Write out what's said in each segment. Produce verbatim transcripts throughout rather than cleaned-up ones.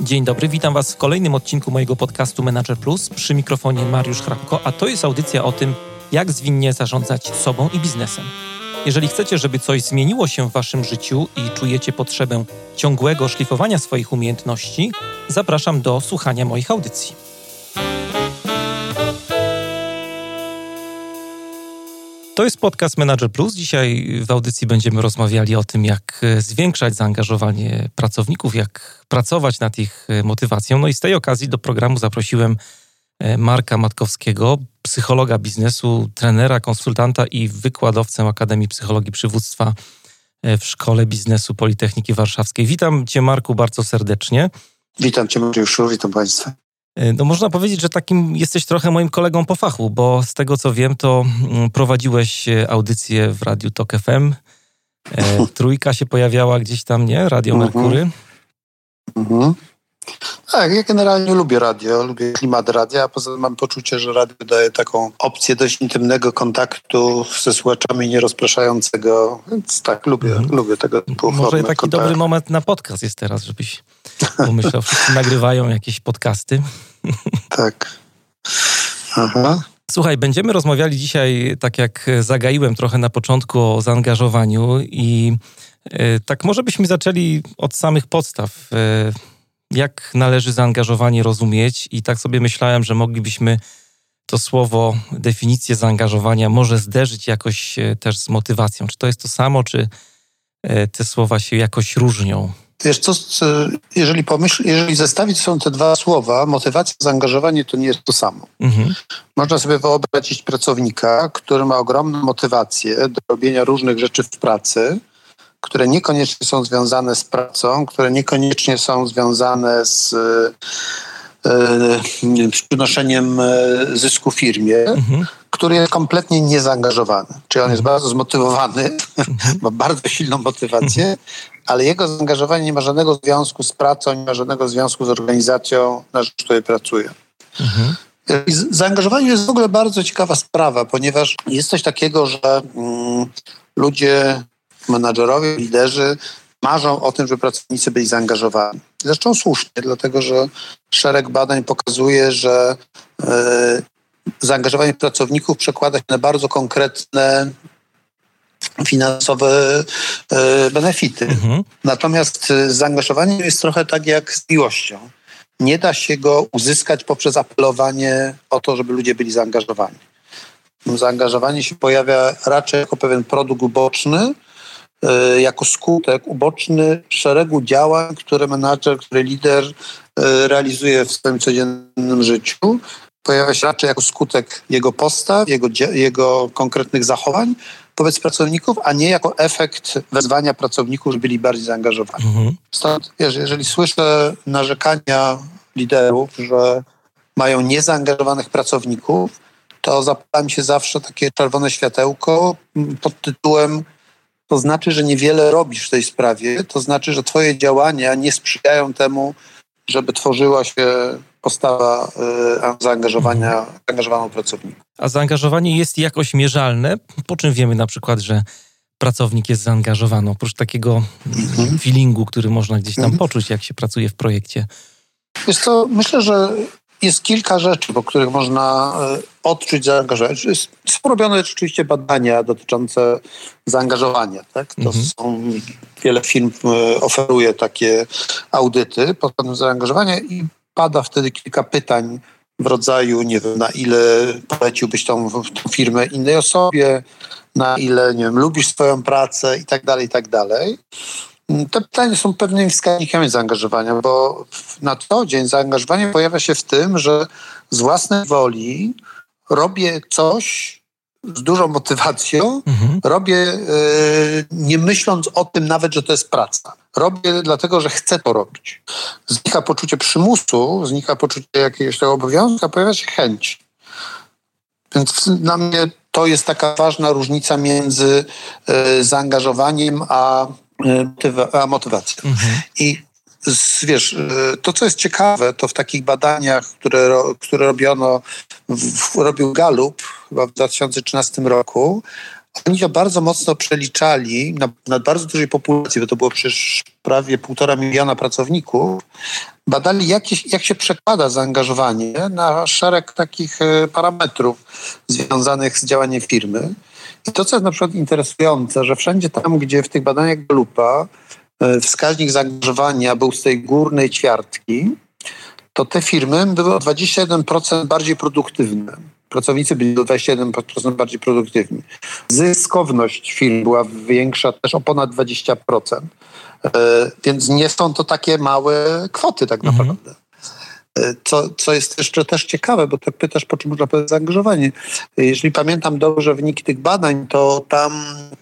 Dzień dobry, witam Was w kolejnym odcinku mojego podcastu Manager Plus. Przy mikrofonie Mariusz Hrabko, a to jest audycja o tym, jak zwinnie zarządzać sobą i biznesem. Jeżeli chcecie, żeby coś zmieniło się w Waszym życiu i czujecie potrzebę ciągłego szlifowania swoich umiejętności, zapraszam do słuchania moich audycji. To jest podcast Manager Plus. Dzisiaj w audycji będziemy rozmawiali o tym, jak zwiększać zaangażowanie pracowników, jak pracować nad ich motywacją. No i z tej okazji do programu zaprosiłem Marka Matkowskiego, psychologa biznesu, trenera, konsultanta i wykładowcę Akademii Psychologii Przywództwa w Szkole Biznesu Politechniki Warszawskiej. Witam Cię, Marku, bardzo serdecznie. Witam Cię, Mariuszu, witam Państwa. No można powiedzieć, że takim jesteś trochę moim kolegą po fachu, bo z tego co wiem, to prowadziłeś audycję w Radiu Tok F M. E, trójka się pojawiała gdzieś tam, nie? Radio Merkury. Mhm. Tak, ja generalnie lubię radio, lubię klimat radia, a poza tym mam poczucie, że radio daje taką opcję dość intymnego kontaktu ze słuchaczami, nierozpraszającego, więc tak, lubię, mhm. lubię tego typu Może formy taki kontaktu. dobry moment na podcast jest teraz, żebyś pomyślał, wszyscy nagrywają jakieś podcasty. Tak. Aha. Słuchaj, będziemy rozmawiali dzisiaj, tak jak zagaiłem trochę na początku, o zaangażowaniu i y, tak może byśmy zaczęli od samych podstaw. Y, jak należy zaangażowanie rozumieć i tak sobie myślałem, że moglibyśmy to słowo, definicję zaangażowania może zderzyć jakoś y, też z motywacją. Czy to jest to samo, czy y, te słowa się jakoś różnią? Wiesz co, jeżeli, pomyśl, jeżeli zestawić są te dwa słowa, motywacja, zaangażowanie, to nie jest to samo. Mhm. Można sobie wyobrazić pracownika, który ma ogromną motywację do robienia różnych rzeczy w pracy, które niekoniecznie są związane z pracą, które niekoniecznie są związane z, e, z przynoszeniem zysku firmie, mhm. który jest kompletnie niezaangażowany. Czyli on jest bardzo zmotywowany, mhm. ma bardzo silną motywację, mhm. ale jego zaangażowanie nie ma żadnego związku z pracą, nie ma żadnego związku z organizacją, na rzecz której pracuje. Mhm. Zaangażowanie jest w ogóle bardzo ciekawa sprawa, ponieważ jest coś takiego, że mm, ludzie, menadżerowie, liderzy marzą o tym, żeby pracownicy byli zaangażowani. Zresztą słusznie, dlatego że szereg badań pokazuje, że yy, zaangażowanie pracowników przekłada się na bardzo konkretne finansowe e, benefity. Mhm. Natomiast z zaangażowaniem jest trochę tak jak z miłością. Nie da się go uzyskać poprzez apelowanie o to, żeby ludzie byli zaangażowani. Zaangażowanie się pojawia raczej jako pewien produkt uboczny, e, jako skutek uboczny szeregu działań, które menadżer, który lider e, realizuje w swoim codziennym życiu. Pojawia się raczej jako skutek jego postaw, jego, jego konkretnych zachowań wobec pracowników, a nie jako efekt wezwania pracowników, żeby byli bardziej zaangażowani. Mhm. Stąd, wiesz, jeżeli słyszę narzekania liderów, że mają niezaangażowanych pracowników, to zapala mi się zawsze takie czerwone światełko pod tytułem: to znaczy, że niewiele robisz w tej sprawie, to znaczy, że twoje działania nie sprzyjają temu, żeby tworzyła się postawa y, zaangażowania, mhm. zaangażowaną pracowników. A zaangażowanie jest jakoś mierzalne? Po czym wiemy na przykład, że pracownik jest zaangażowany? Oprócz takiego mhm. feelingu, który można gdzieś tam mhm. poczuć, jak się pracuje w projekcie. Wiesz co, myślę, że jest kilka rzeczy, po których można odczuć zaangażowanie. Są robione rzeczywiście badania dotyczące zaangażowania. Tak? To mhm. są, wiele firm oferuje takie audyty pod kątem zaangażowania i pada wtedy kilka pytań w rodzaju, nie wiem, na ile poleciłbyś tą, tą firmę innej osobie, na ile, nie wiem, lubisz swoją pracę i tak dalej, i tak dalej. Te pytania są pewnymi wskaźnikami zaangażowania, bo na co dzień zaangażowanie pojawia się w tym, że z własnej woli robię coś z dużą motywacją, mhm. robię y, nie myśląc o tym nawet, że to jest praca. Robię dlatego, że chcę to robić. Znika poczucie przymusu, znika poczucie jakiegoś tego obowiązku, a pojawia się chęć. Więc dla mnie to jest taka ważna różnica między y, zaangażowaniem a, y, a motywacją. Mhm. I z, wiesz, to co jest ciekawe, to w takich badaniach, które, które robiono, w, robił Gallup chyba w dwa tysiące trzynastym roku, oni to bardzo mocno przeliczali na, na bardzo dużej populacji, bo to było przecież prawie półtora miliona pracowników, badali jak, jak się przekłada zaangażowanie na szereg takich parametrów związanych z działaniem firmy. I to, co jest na przykład interesujące, że wszędzie tam, gdzie w tych badaniach Gallupa wskaźnik zaangażowania był z tej górnej ćwiartki, to te firmy były o dwadzieścia jeden procent bardziej produktywne. Pracownicy byli o dwadzieścia jeden procent bardziej produktywni. Zyskowność firm była większa też o ponad dwadzieścia procent. Więc nie są to takie małe kwoty tak naprawdę. Mhm. Co, co jest jeszcze też ciekawe, bo tak pytasz, po czym można powiedzieć zaangażowanie. Jeżeli pamiętam dobrze wyniki tych badań, to tam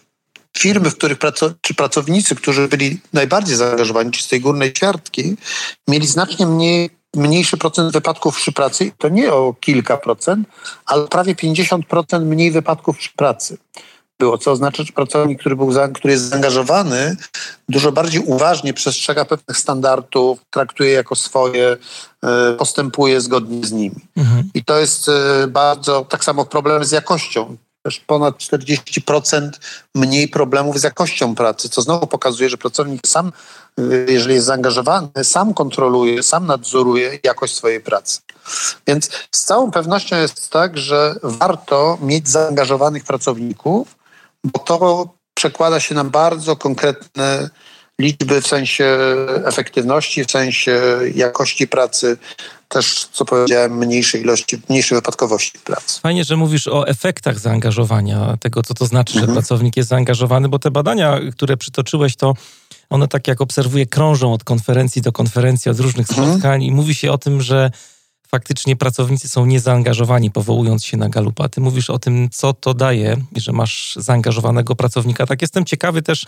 firmy, w których praco- czy pracownicy, którzy byli najbardziej zaangażowani, czy z tej górnej ćwiartki, mieli znacznie mniej, mniejszy procent wypadków przy pracy. I to nie o kilka procent, ale prawie pięćdziesiąt procent mniej wypadków przy pracy było, co oznacza, że pracownik, który, był za, który jest zaangażowany, dużo bardziej uważnie przestrzega pewnych standardów, traktuje jako swoje, postępuje zgodnie z nimi. Mhm. I to jest bardzo, tak samo problemy z jakością. Też ponad czterdzieści procent mniej problemów z jakością pracy, co znowu pokazuje, że pracownik sam, jeżeli jest zaangażowany, sam kontroluje, sam nadzoruje jakość swojej pracy. Więc z całą pewnością jest tak, że warto mieć zaangażowanych pracowników, bo to przekłada się na bardzo konkretne liczby w sensie efektywności, w sensie jakości pracy, też, co powiedziałem, mniejszej ilości, mniejszej wypadkowości pracy. Fajnie, że mówisz o efektach zaangażowania, tego, co to znaczy, mhm. że pracownik jest zaangażowany, bo te badania, które przytoczyłeś, to one, tak jak obserwuję, krążą od konferencji do konferencji, od różnych spotkań mhm. i mówi się o tym, że faktycznie pracownicy są niezaangażowani, powołując się na Gallupa. Ty mówisz o tym, co to daje, że masz zaangażowanego pracownika. Tak, jestem ciekawy też,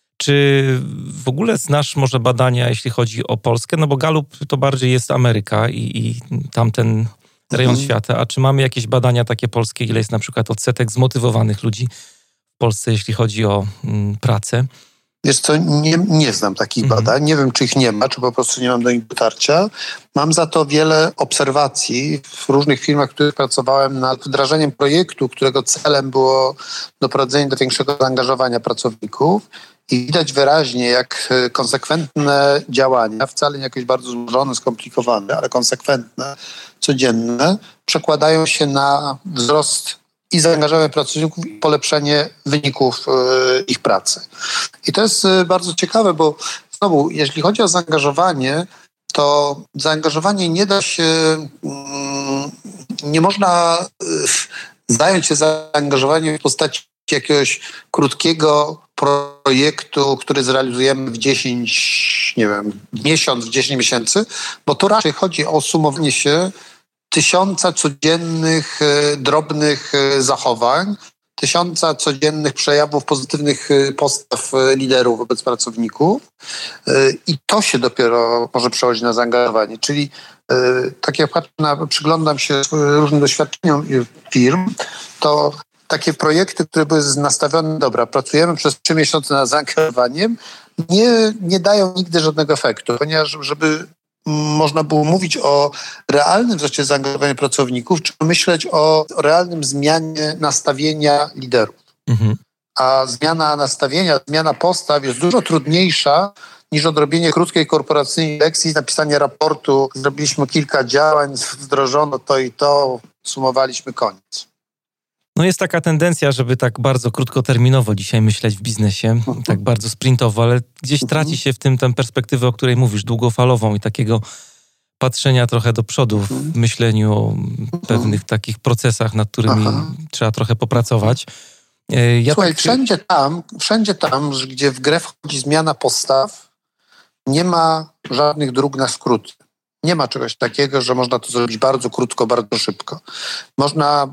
czy w ogóle znasz może badania, jeśli chodzi o Polskę? No bo Gallup to bardziej jest Ameryka i, i tamten rejon mhm. świata. A czy mamy jakieś badania takie polskie, ile jest na przykład odsetek zmotywowanych ludzi w Polsce, jeśli chodzi o mm, pracę? Wiesz co, nie, nie znam takich mhm. badań. Nie wiem, czy ich nie ma, czy po prostu nie mam do nich dotarcia. Mam za to wiele obserwacji w różnych firmach, w których pracowałem nad wdrażaniem projektu, którego celem było doprowadzenie do większego zaangażowania pracowników. I widać wyraźnie, jak konsekwentne działania, wcale nie jakieś bardzo złożone, skomplikowane, ale konsekwentne, codzienne, przekładają się na wzrost i zaangażowanie pracowników i polepszenie wyników ich pracy. I to jest bardzo ciekawe, bo znowu, jeśli chodzi o zaangażowanie, to zaangażowanie nie da się, nie można zająć się zaangażowaniem w postaci jakiegoś krótkiego projektu, który zrealizujemy w dziesięć, nie wiem, miesiąc, w dziesięć miesięcy, bo to raczej chodzi o sumowanie się tysiąca codziennych, drobnych zachowań, tysiąca codziennych przejawów pozytywnych postaw liderów wobec pracowników i to się dopiero może przełożyć na zaangażowanie. Czyli tak jak na, przyglądam się różnym doświadczeniom firm, to takie projekty, które były nastawione, dobra, pracujemy przez trzy miesiące nad zaangażowaniem, nie, nie dają nigdy żadnego efektu, ponieważ żeby można było mówić o realnym wzroście zaangażowania pracowników, trzeba myśleć o realnym zmianie nastawienia liderów. Mhm. A zmiana nastawienia, zmiana postaw jest dużo trudniejsza niż odrobienie krótkiej korporacyjnej lekcji, napisanie raportu, zrobiliśmy kilka działań, wdrożono to i to, sumowaliśmy, koniec. No jest taka tendencja, żeby tak bardzo krótkoterminowo dzisiaj myśleć w biznesie, uh-huh. tak bardzo sprintowo, ale gdzieś uh-huh. traci się w tym tę perspektywę, o której mówisz, długofalową i takiego patrzenia trochę do przodu w uh-huh. myśleniu o pewnych uh-huh. takich procesach, nad którymi uh-huh. trzeba trochę popracować. Ja Słuchaj, tak... wszędzie tam, wszędzie tam, gdzie w grę wchodzi zmiana postaw, nie ma żadnych dróg na skróty. Nie ma czegoś takiego, że można to zrobić bardzo krótko, bardzo szybko. Można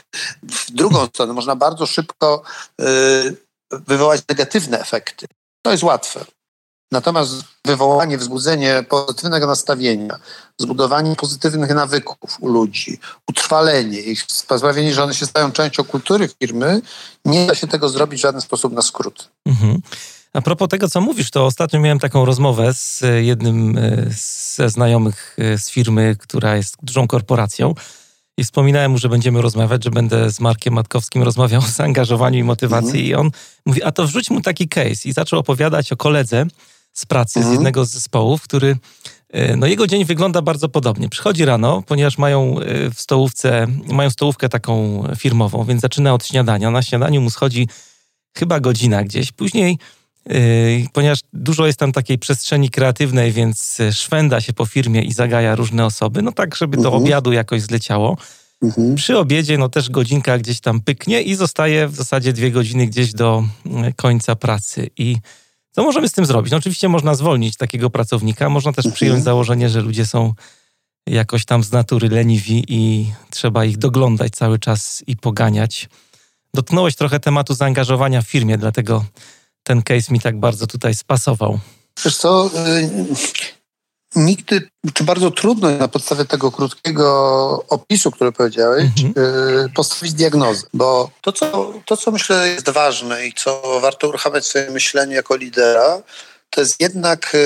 w drugą stronę, można bardzo szybko yy, wywołać negatywne efekty. To jest łatwe. Natomiast wywołanie, wzbudzenie pozytywnego nastawienia, zbudowanie pozytywnych nawyków u ludzi, utrwalenie ich, sprawienie, że one się stają częścią kultury firmy, nie da się tego zrobić w żaden sposób na skrót. Mhm. A propos tego, co mówisz, to ostatnio miałem taką rozmowę z jednym ze znajomych z firmy, która jest dużą korporacją i wspominałem mu, że będziemy rozmawiać, że będę z Markiem Matkowskim rozmawiał o zaangażowaniu i motywacji mm. i on mówi, a to wrzuć mu taki case i zaczął opowiadać o koledze z pracy, mm. z jednego z zespołów, który No jego dzień wygląda bardzo podobnie. Przychodzi rano, ponieważ mają w stołówce, mają stołówkę taką firmową, więc zaczyna od śniadania. Na śniadaniu mu schodzi chyba godzina gdzieś. Później, yy, ponieważ dużo jest tam takiej przestrzeni kreatywnej, więc szwenda się po firmie i zagaja różne osoby, no tak, żeby do mhm. obiadu jakoś zleciało. Mhm. Przy obiedzie no też godzinka gdzieś tam pyknie i zostaje w zasadzie dwie godziny gdzieś do końca pracy. I co możemy z tym zrobić? No oczywiście można zwolnić takiego pracownika, można też przyjąć założenie, że ludzie są jakoś tam z natury leniwi i trzeba ich doglądać cały czas i poganiać. Dotknąłeś trochę tematu zaangażowania w firmie, dlatego ten case mi tak bardzo tutaj spasował. Wiesz co, nigdy, czy bardzo trudno na podstawie tego krótkiego opisu, który powiedziałeś, mhm. postawić diagnozę. Bo to co, to, co myślę jest ważne i co warto uruchamiać w swoim myśleniu jako lidera, to jest jednak,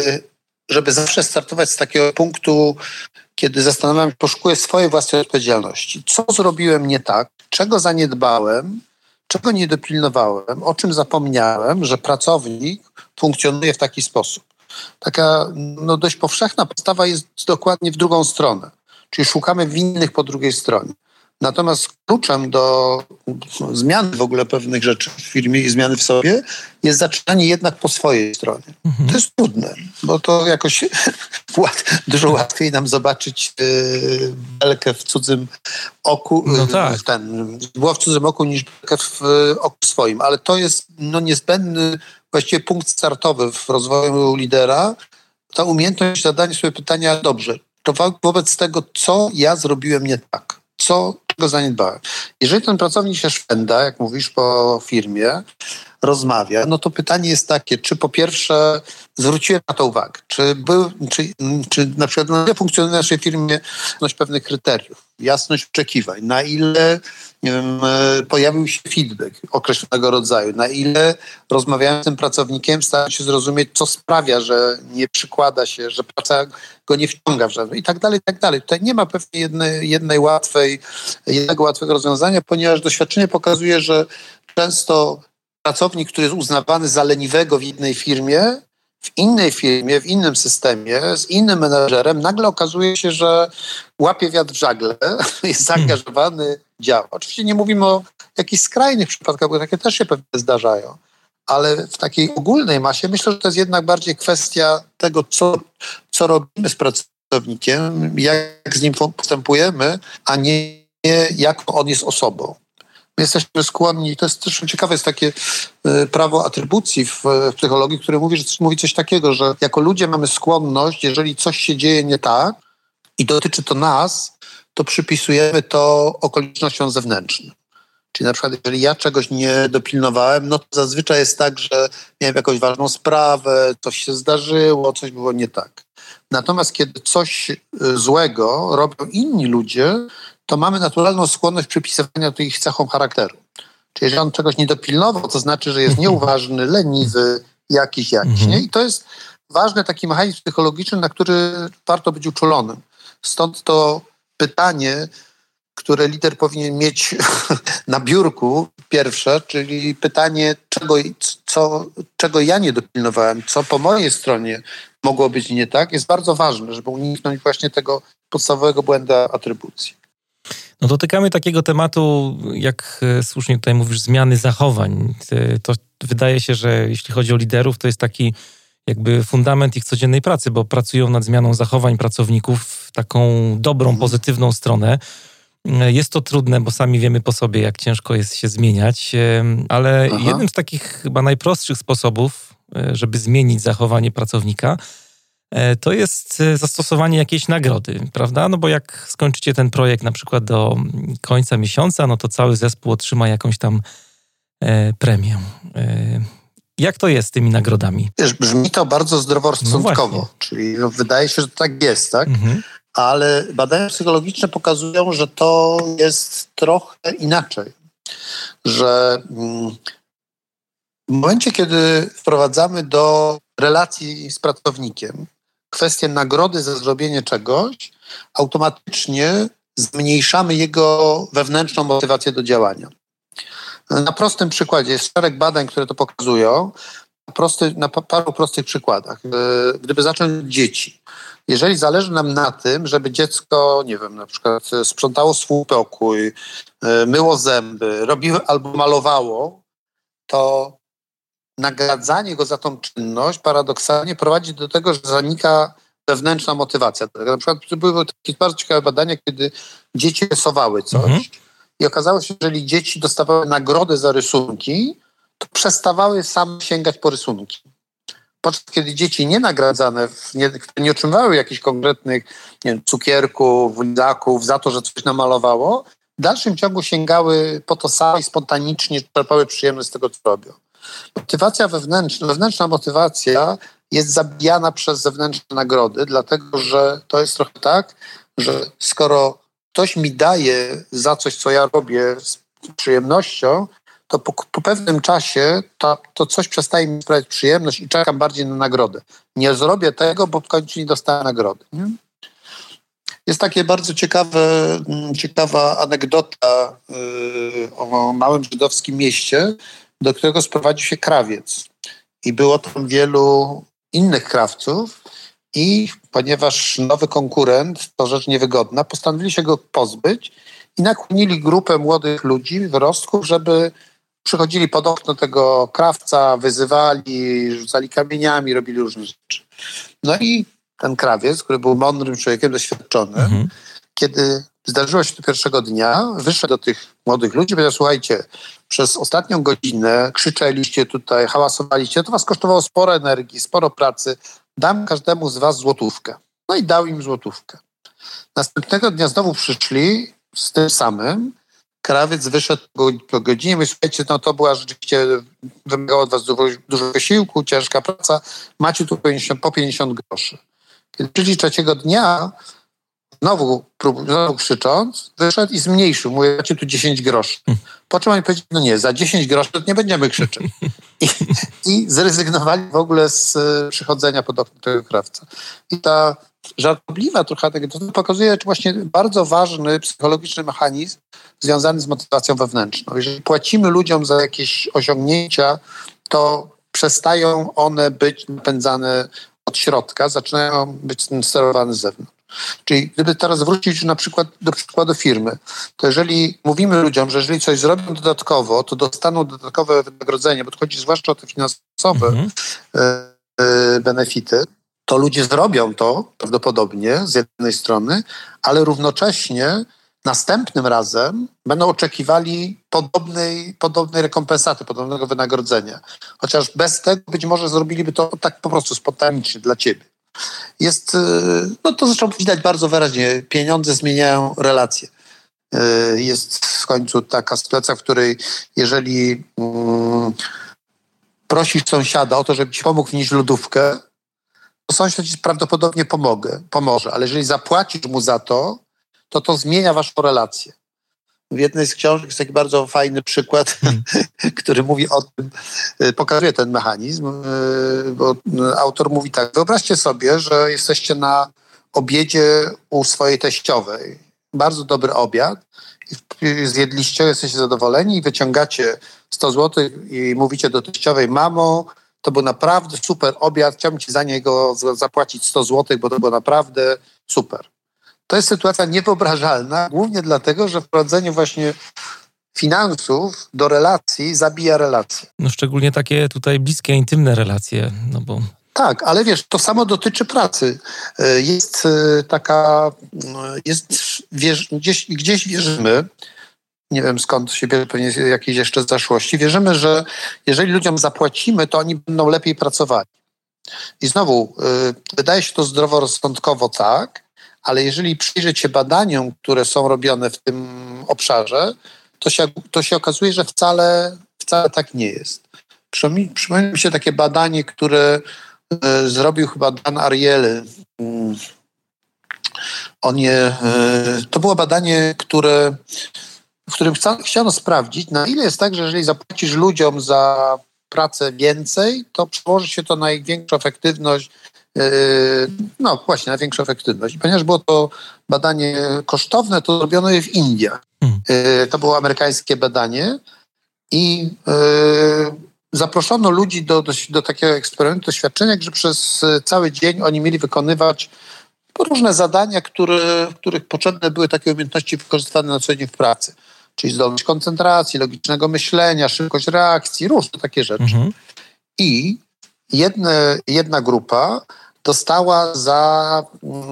żeby zawsze startować z takiego punktu, kiedy zastanawiam się, poszukuję swojej własnej odpowiedzialności. Co zrobiłem nie tak? Czego zaniedbałem? Czego nie dopilnowałem? O czym zapomniałem, że pracownik funkcjonuje w taki sposób? Taka no, dość powszechna postawa jest dokładnie w drugą stronę. Czyli szukamy winnych po drugiej stronie. Natomiast kluczem do zmiany w ogóle pewnych rzeczy w firmie i zmiany w sobie jest zaczynanie jednak po swojej stronie. Mhm. To jest trudne, bo to jakoś łat, dużo łatwiej nam zobaczyć yy, belkę w cudzym oku, no tak. ten, było w cudzym oku niż belkę w yy, oku swoim. Ale to jest no, niezbędny właściwie punkt startowy w rozwoju lidera. Ta umiejętność zadania sobie pytania, dobrze, to wo- wobec tego, co ja zrobiłem nie tak? Co, czego zaniedbałem? Jeżeli ten pracownik się szwenda, jak mówisz, po firmie, rozmawia, no to pytanie jest takie, czy po pierwsze zwróciłem na to uwagę, czy, był, czy, czy na przykład na ile funkcjonuje w naszej firmie jasność pewnych kryteriów, jasność oczekiwań, na ile nie wiem, pojawił się feedback określonego rodzaju, na ile rozmawiałem z tym pracownikiem, starałem się zrozumieć, co sprawia, że nie przykłada się, że praca go nie wciąga w żadne i tak dalej, i tak dalej. Tutaj nie ma pewnie jednej, jednej łatwej, jednego łatwego rozwiązania, ponieważ doświadczenie pokazuje, że często pracownik, który jest uznawany za leniwego w jednej firmie, w innej firmie, w innym systemie, z innym menedżerem, nagle okazuje się, że łapie wiatr w żagle, jest zaangażowany, działa. Oczywiście nie mówimy o jakichś skrajnych przypadkach, bo takie też się pewnie zdarzają, ale w takiej ogólnej masie myślę, że to jest jednak bardziej kwestia tego, co, co robimy z pracownikiem, jak z nim postępujemy, a nie jak on jest osobą. My jesteśmy skłonni, to jest też ciekawe, jest takie y, prawo atrybucji w, w psychologii, które mówi, że mówi coś takiego, że jako ludzie mamy skłonność, jeżeli coś się dzieje nie tak i dotyczy to nas, to przypisujemy to okolicznościom zewnętrznym. Czyli na przykład, jeżeli ja czegoś nie dopilnowałem, no to zazwyczaj jest tak, że miałem jakąś ważną sprawę, coś się zdarzyło, coś było nie tak. Natomiast kiedy coś złego robią inni ludzie, to mamy naturalną skłonność przypisywania do ich cechom charakteru. Czyli jeżeli on czegoś nie dopilnował, to znaczy, że jest nieuważny, leniwy, jakiś, jakiś. Nie? I to jest ważny taki mechanizm psychologiczny, na który warto być uczulonym. Stąd to pytanie, które lider powinien mieć na biurku, pierwsze, czyli pytanie, czego, co, czego ja nie dopilnowałem, co po mojej stronie mogło być nie tak, jest bardzo ważne, żeby uniknąć właśnie tego podstawowego błędu atrybucji. No dotykamy takiego tematu, jak słusznie tutaj mówisz, zmiany zachowań. To wydaje się, że jeśli chodzi o liderów, to jest taki jakby fundament ich codziennej pracy, bo pracują nad zmianą zachowań pracowników w taką dobrą, mhm. pozytywną stronę. Jest to trudne, bo sami wiemy po sobie, jak ciężko jest się zmieniać, ale Aha. jednym z takich chyba najprostszych sposobów, żeby zmienić zachowanie pracownika, to jest zastosowanie jakiejś nagrody, prawda? No bo jak skończycie ten projekt na przykład do końca miesiąca, no to cały zespół otrzyma jakąś tam e, premię. E, jak to jest z tymi nagrodami? Wiesz, brzmi to bardzo zdroworozsądkowo, no czyli no, wydaje się, że tak jest, tak? Mhm. Ale badania psychologiczne pokazują, że to jest trochę inaczej. Że mm, w momencie, kiedy wprowadzamy do relacji z pracownikiem kwestię nagrody za zrobienie czegoś, automatycznie zmniejszamy jego wewnętrzną motywację do działania. Na prostym przykładzie jest szereg badań, które to pokazują. prosty, na paru prostych przykładach. Gdyby zacząć od dzieci. Jeżeli zależy nam na tym, żeby dziecko, nie wiem, na przykład sprzątało swój pokój, myło zęby, robiło albo malowało, to nagradzanie go za tą czynność paradoksalnie prowadzi do tego, że zanika wewnętrzna motywacja. Na przykład były takie bardzo ciekawe badania, kiedy dzieci rysowały coś mhm. i okazało się, że jeżeli dzieci dostawały nagrody za rysunki, to przestawały same sięgać po rysunki. Podczas kiedy dzieci nienagradzane, nie, które nie otrzymywały jakichś konkretnych nie wiem, cukierków, lizaków za to, że coś namalowało, w dalszym ciągu sięgały po to same i spontanicznie czerpały przyjemność z tego, co robią. Motywacja wewnętrzna, wewnętrzna motywacja jest zabijana przez zewnętrzne nagrody, dlatego że to jest trochę tak, że skoro ktoś mi daje za coś, co ja robię z przyjemnością, to po, po pewnym czasie to, to coś przestaje mi sprawiać przyjemność i czekam bardziej na nagrodę. Nie zrobię tego, bo w końcu nie dostałem nagrody. Nie? Jest takie bardzo ciekawe, ciekawa anegdota yy, o małym żydowskim mieście, do którego sprowadził się krawiec. I było tam wielu innych krawców i ponieważ nowy konkurent, to rzecz niewygodna, postanowili się go pozbyć i nakłonili grupę młodych ludzi, wyrostków, żeby przychodzili pod okno tego krawca, wyzywali, rzucali kamieniami, robili różne rzeczy. No i ten krawiec, który był mądrym człowiekiem, doświadczonym, mhm. kiedy zdarzyło się to pierwszego dnia, wyszedł do tych młodych ludzi i powiedział, słuchajcie, przez ostatnią godzinę krzyczeliście tutaj, hałasowaliście, to was kosztowało sporo energii, sporo pracy, dam każdemu z was złotówkę. No i dał im złotówkę. Następnego dnia znowu przyszli z tym samym, krawiec wyszedł po godzinie, mówi, słuchajcie, no to była rzeczywiście, wymagało od was dużo, dużo wysiłku, ciężka praca, macie tu pięćdziesiąt, po pięćdziesiąt groszy. Kiedy przyszli trzeciego dnia, Znowu, znowu krzycząc, wyszedł i zmniejszył. Mówię, macie tu dziesięć groszy. Po czym oni powiedzieli, no nie, za dziesięć groszy to nie będziemy krzyczeć. I, i zrezygnowali w ogóle z przychodzenia pod okno tego krawca. I ta żartobliwa trochę anegdota pokazuje właśnie bardzo ważny psychologiczny mechanizm związany z motywacją wewnętrzną. Jeżeli płacimy ludziom za jakieś osiągnięcia, to przestają one być napędzane od środka, zaczynają być sterowane z zewnątrz. Czyli gdyby teraz wrócić na przykład do przykładu firmy, to jeżeli mówimy ludziom, że jeżeli coś zrobią dodatkowo, to dostaną dodatkowe wynagrodzenie, bo to chodzi zwłaszcza o te finansowe mm-hmm. y, y, benefity, to ludzie zrobią to prawdopodobnie z jednej strony, ale równocześnie następnym razem będą oczekiwali podobnej, podobnej rekompensaty, podobnego wynagrodzenia. Chociaż bez tego być może zrobiliby to tak po prostu spontanicznie dla ciebie. Jest, no to zresztą widać bardzo wyraźnie, pieniądze zmieniają relacje. Jest w końcu taka sytuacja, w której jeżeli um, prosisz sąsiada o to, żeby ci pomógł wnieść lodówkę, to sąsiad ci prawdopodobnie pomogę, pomoże, ale jeżeli zapłacisz mu za to, to to zmienia waszą relację. W jednej z książek jest taki bardzo fajny przykład, hmm. który mówi o tym, pokazuje ten mechanizm, bo autor mówi tak, wyobraźcie sobie, że jesteście na obiedzie u swojej teściowej. Bardzo dobry obiad. I zjedliście, jesteście zadowoleni i wyciągacie sto złotych i mówicie do teściowej, mamo, to był naprawdę super obiad, chciałbym ci za niego zapłacić sto złotych, bo to było naprawdę super. To jest sytuacja niewyobrażalna, głównie dlatego, że wprowadzenie właśnie finansów do relacji zabija relacje. No szczególnie takie tutaj bliskie, intymne relacje, no bo... Tak, ale wiesz, to samo dotyczy pracy. Jest taka, jest, wierz, gdzieś, gdzieś wierzymy, nie wiem skąd się bierze, pewnie jakieś jeszcze zaszłości, wierzymy, że jeżeli ludziom zapłacimy, to oni będą lepiej pracowali. I znowu, wydaje się to zdroworozsądkowo tak, ale jeżeli przyjrzeć się badaniom, które są robione w tym obszarze, to się, to się okazuje, że wcale, wcale tak nie jest. Przypomina mi się takie badanie, które y, zrobił chyba Dan Ariely. Y, on je, y, to było badanie, które, w którym chca, chciano sprawdzić, na ile jest tak, że jeżeli zapłacisz ludziom za pracę więcej, to przełoży się to na ich większą efektywność. No właśnie, na większą efektywność. I ponieważ było to badanie kosztowne, to robiono je w Indiach. Hmm. To było amerykańskie badanie i zaproszono ludzi do, do, do takiego eksperymentu, doświadczenia, że przez cały dzień oni mieli wykonywać różne zadania, które, w których potrzebne były takie umiejętności wykorzystywane na co dzień w pracy. Czyli zdolność koncentracji, logicznego myślenia, szybkość reakcji, różne takie rzeczy. Mhm. I jedne, jedna grupa dostała za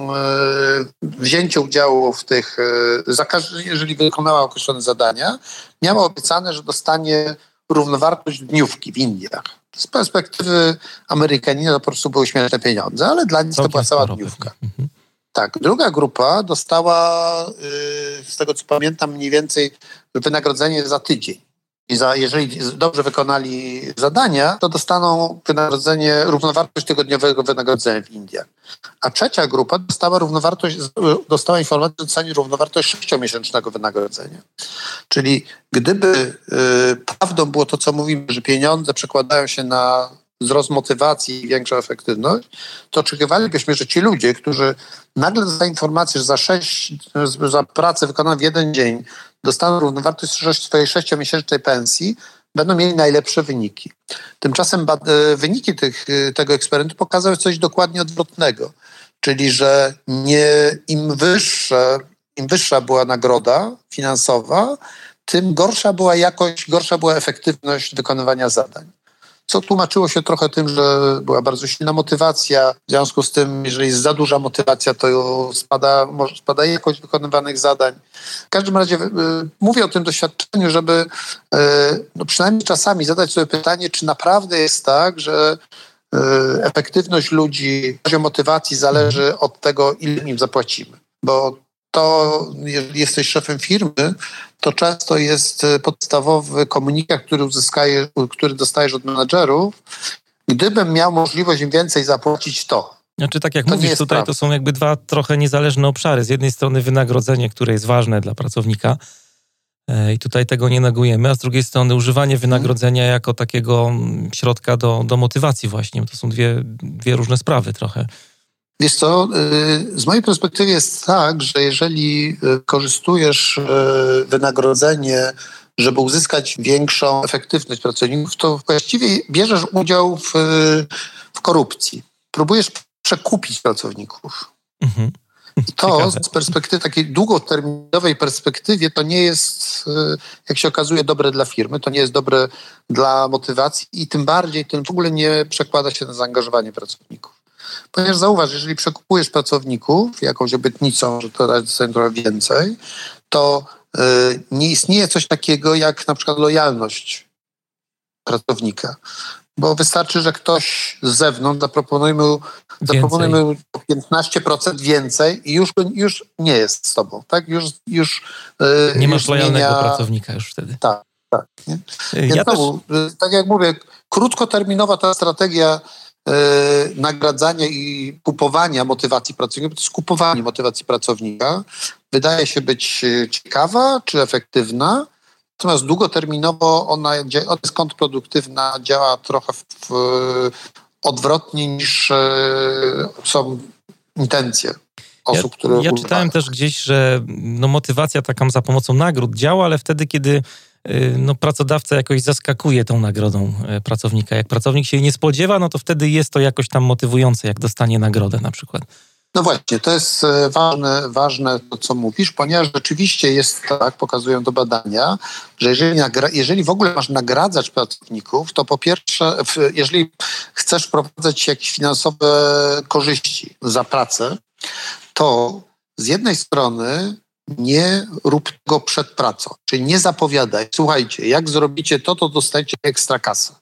y, wzięcie udziału w tych, y, za każdy, jeżeli wykonała określone zadania, miała obiecane, że dostanie równowartość dniówki w Indiach. Z perspektywy Amerykanina to po prostu były śmieszne pieniądze, ale dla nich to była cała dniówka. Mhm. Tak, druga grupa dostała, y, z tego co pamiętam, mniej więcej wynagrodzenie za tydzień. I za, jeżeli dobrze wykonali zadania, to dostaną wynagrodzenie, równowartość tygodniowego wynagrodzenia w Indiach. A trzecia grupa dostała równowartość, dostała informację, że dostanie równowartość sześciomiesięcznego wynagrodzenia. Czyli gdyby y, prawdą było to, co mówimy, że pieniądze przekładają się na wzrost motywacji i większą efektywność, to oczekiwalibyśmy, że ci ludzie, którzy nagle dostają informację, że za, sześć, za pracę wykonaną w jeden dzień dostaną równowartość swojej sześciomiesięcznej pensji, będą mieli najlepsze wyniki. Tymczasem wyniki tych, tego eksperymentu pokazały coś dokładnie odwrotnego. Czyli, że nie, im, wyższe, im wyższa była nagroda finansowa, tym gorsza była jakość, gorsza była efektywność wykonywania zadań. Co tłumaczyło się trochę tym, że była bardzo silna motywacja. W związku z tym, jeżeli jest za duża motywacja, to spada, może spada jakość wykonywanych zadań. W każdym razie y, mówię o tym doświadczeniu, żeby y, no przynajmniej czasami zadać sobie pytanie, czy naprawdę jest tak, że y, efektywność ludzi, poziom motywacji zależy od tego, ile im zapłacimy. Bo to, jeżeli jesteś szefem firmy, to często jest podstawowy komunikat, który uzyskaje, który dostajesz od menadżerów. Gdybym miał możliwość im więcej zapłacić, to. Znaczy, tak jak to mówisz, tutaj prawda. To są jakby dwa trochę niezależne obszary. Z jednej strony wynagrodzenie, które jest ważne dla pracownika i tutaj tego nie negujemy, a z drugiej strony używanie wynagrodzenia hmm. jako takiego środka do, do motywacji właśnie. To są dwie, dwie różne sprawy trochę. Wiesz co, z mojej perspektywy jest tak, że jeżeli korzystujesz wynagrodzenie, żeby uzyskać większą efektywność pracowników, to właściwie bierzesz udział w, w korupcji. Próbujesz przekupić pracowników. Mhm. I to Ciekawe. Z perspektywy takiej długoterminowej perspektywie to nie jest, jak się okazuje, dobre dla firmy, to nie jest dobre dla motywacji i tym bardziej, tym w ogóle nie przekłada się na zaangażowanie pracowników. Ponieważ zauważ, jeżeli przekupujesz pracowników jakąś obietnicą, że to dostają trochę więcej, to yy, nie istnieje coś takiego jak na przykład lojalność pracownika. Bo wystarczy, że ktoś z zewnątrz zaproponuje mu, zaproponuje mu piętnaście procent więcej i już, już nie jest z tobą. Tak? Już, już, yy, nie masz już lojalnego zmienia... pracownika już wtedy. Tak, tak. Nie? Więc ja znowu, też... tak jak mówię, krótkoterminowa ta strategia Yy, nagradzania i kupowania motywacji pracownika, to jest kupowanie motywacji pracownika, wydaje się być ciekawa czy efektywna, natomiast długoterminowo ona, ona jest kontrproduktywna, działa trochę w, w, odwrotnie niż yy, są intencje osób, ja, które... Ja używają. czytałem też gdzieś, że no, motywacja taka za pomocą nagród działa, ale wtedy, kiedy no, pracodawca jakoś zaskakuje tą nagrodą pracownika. Jak pracownik się jej nie spodziewa, no to wtedy jest to jakoś tam motywujące, jak dostanie nagrodę na przykład. No właśnie, to jest ważne, ważne to, co mówisz, ponieważ rzeczywiście jest tak, pokazują to badania, że jeżeli, nagra- jeżeli w ogóle masz nagradzać pracowników, to po pierwsze, jeżeli chcesz wprowadzać jakieś finansowe korzyści za pracę, to z jednej strony nie rób tego przed pracą, czyli nie zapowiadaj. Słuchajcie, jak zrobicie to, to dostajecie ekstra kasę.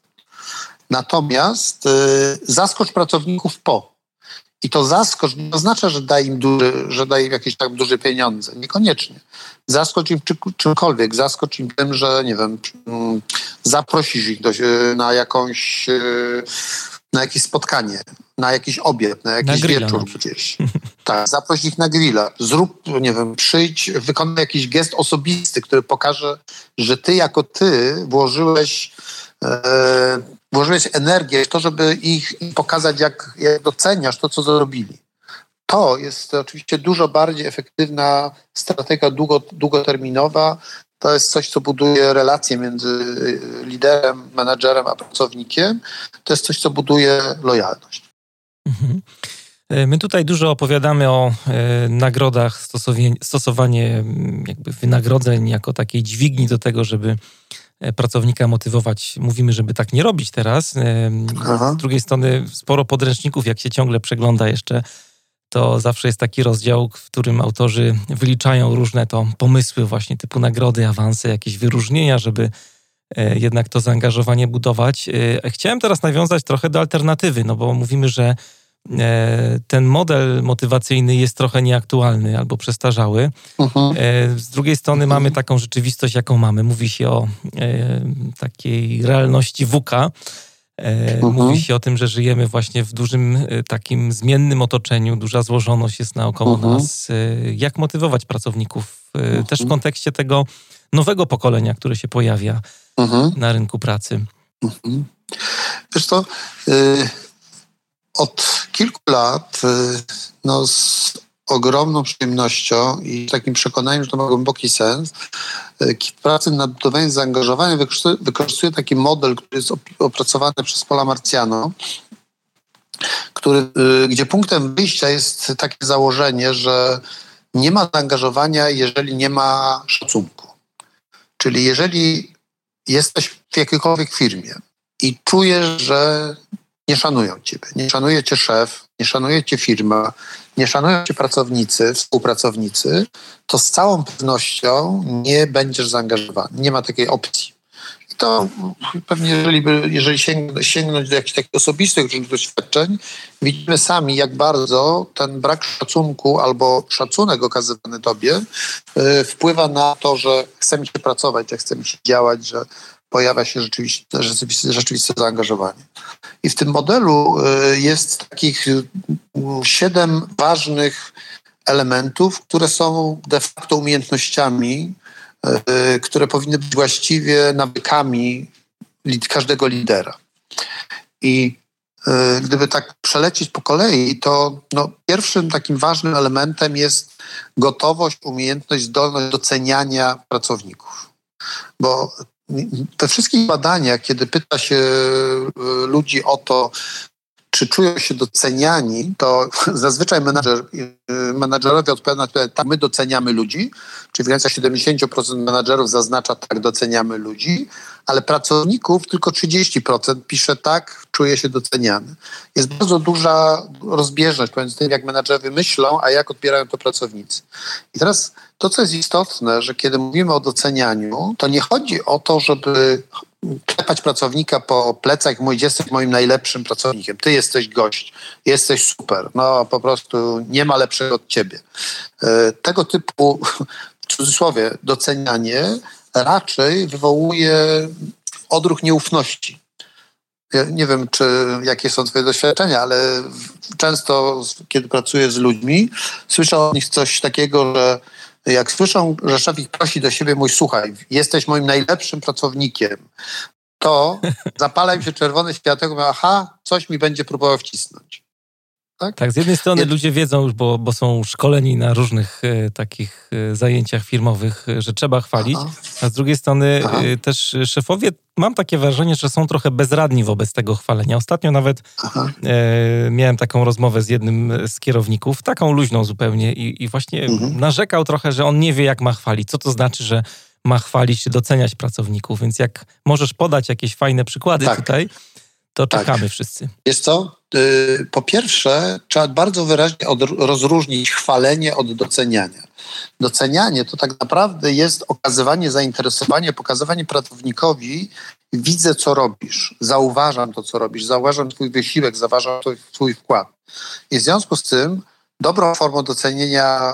Natomiast yy, zaskocz pracowników po. I to zaskocz nie oznacza, że daj im, duży, że daj im jakieś tak duże pieniądze. Niekoniecznie. Zaskocz im czy, czymkolwiek. Zaskocz im tym, że nie wiem, yy, zaprosisz ich do, yy, na jakąś... Yy, na jakieś spotkanie, na jakiś obiad, na jakiś na grilla, wieczór no. gdzieś. Tak, zaproś ich na grilla. Zrób, nie wiem, przyjdź, wykonaj jakiś gest osobisty, który pokaże, że ty jako ty włożyłeś, e, włożyłeś energię w to, żeby ich, ich pokazać, jak, jak doceniasz to, co zrobili. To jest oczywiście dużo bardziej efektywna strategia długo, długoterminowa To jest coś, co buduje relacje między liderem, menadżerem a pracownikiem. To jest coś, co buduje lojalność. Mhm. My tutaj dużo opowiadamy o e, nagrodach, stosowanie, stosowanie jakby wynagrodzeń jako takiej dźwigni do tego, żeby pracownika motywować. Mówimy, żeby tak nie robić teraz. E, z drugiej strony sporo podręczników, jak się ciągle przegląda jeszcze, to zawsze jest taki rozdział, w którym autorzy wyliczają różne to pomysły właśnie typu nagrody, awanse, jakieś wyróżnienia, żeby e, jednak to zaangażowanie budować. E, chciałem teraz nawiązać trochę do alternatywy, no bo mówimy, że ten model motywacyjny jest trochę nieaktualny albo przestarzały. Uh-huh. Z drugiej strony uh-huh. mamy taką rzeczywistość, jaką mamy. Mówi się o e, takiej realności wuka. E, uh-huh. Mówi się o tym, że żyjemy właśnie w dużym e, takim zmiennym otoczeniu. Duża złożoność jest naokoło uh-huh. nas. E, jak motywować pracowników? E, uh-huh. Też w kontekście tego nowego pokolenia, które się pojawia uh-huh. na rynku pracy. Uh-huh. Wiesz co... Y- Od kilku lat no, z ogromną przyjemnością i takim przekonaniem, że to ma głęboki sens, w pracy nad budowaniem zaangażowania wykorzystuje, wykorzystuje taki model, który jest opracowany przez Paula Marciano, który, gdzie punktem wyjścia jest takie założenie, że nie ma zaangażowania, jeżeli nie ma szacunku. Czyli jeżeli jesteś w jakiejkolwiek firmie i czujesz, że nie szanują ciebie. Nie szanuje cię szef, nie szanuje cię firma, nie szanują cię pracownicy, współpracownicy, to z całą pewnością nie będziesz zaangażowany. Nie ma takiej opcji. I to pewnie, jeżeli, by, jeżeli sięgnąć, sięgnąć do jakichś takich osobistych doświadczeń, widzimy sami, jak bardzo ten brak szacunku albo szacunek okazywany tobie yy, wpływa na to, że chce mi się pracować, że chce mi się działać, że pojawia się rzeczywiste, rzeczywiste, rzeczywiste zaangażowanie. I w tym modelu jest takich siedem ważnych elementów, które są de facto umiejętnościami, które powinny być właściwie nawykami każdego lidera. I gdyby tak przelecieć po kolei, to no, pierwszym takim ważnym elementem jest gotowość, umiejętność, zdolność doceniania pracowników. Bo we wszystkich badaniach, kiedy pyta się ludzi o to, czy czują się doceniani, to zazwyczaj menadżer, menadżerowie odpowiadają, tak, my doceniamy ludzi, czyli w granicach siedemdziesiąt procent menadżerów zaznacza, tak, doceniamy ludzi, ale pracowników tylko trzydzieści procent pisze, tak, czuje się doceniany. Jest bardzo duża rozbieżność pomiędzy tym, jak menadżerowie myślą, a jak odbierają to pracownicy. I teraz to, co jest istotne, że kiedy mówimy o docenianiu, to nie chodzi o to, żeby klepać pracownika po plecach i mówić, jesteś moim najlepszym pracownikiem, ty jesteś gość, jesteś super, no po prostu nie ma lepszego od ciebie. Tego typu, w cudzysłowie, docenianie raczej wywołuje odruch nieufności. Ja nie wiem, czy jakie są twoje doświadczenia, ale często, kiedy pracuję z ludźmi, słyszę od nich coś takiego, że jak słyszą, że szef ich prosi do siebie, mój słuchaj, jesteś moim najlepszym pracownikiem, to zapala im się czerwone światełko, mówią, aha, coś mi będzie próbował wcisnąć. Tak? Tak, z jednej strony Jed... ludzie wiedzą już, bo, bo są szkoleni na różnych e, takich e, zajęciach firmowych, e, że trzeba chwalić, Aha. a z drugiej strony e, też szefowie, mam takie wrażenie, że są trochę bezradni wobec tego chwalenia. Ostatnio nawet e, miałem taką rozmowę z jednym z kierowników, taką luźną zupełnie i, i właśnie mhm. narzekał trochę, że on nie wie, jak ma chwalić. Co to znaczy, że ma chwalić czy doceniać pracowników? Więc jak możesz podać jakieś fajne przykłady tak. tutaj, to czekamy tak. wszyscy. Wiesz co? Po pierwsze, trzeba bardzo wyraźnie od, rozróżnić chwalenie od doceniania. Docenianie to tak naprawdę jest okazywanie zainteresowania, pokazywanie pracownikowi, widzę, co robisz, zauważam to, co robisz, zauważam twój wysiłek, zauważam twój wkład. I w związku z tym dobrą formą docenienia,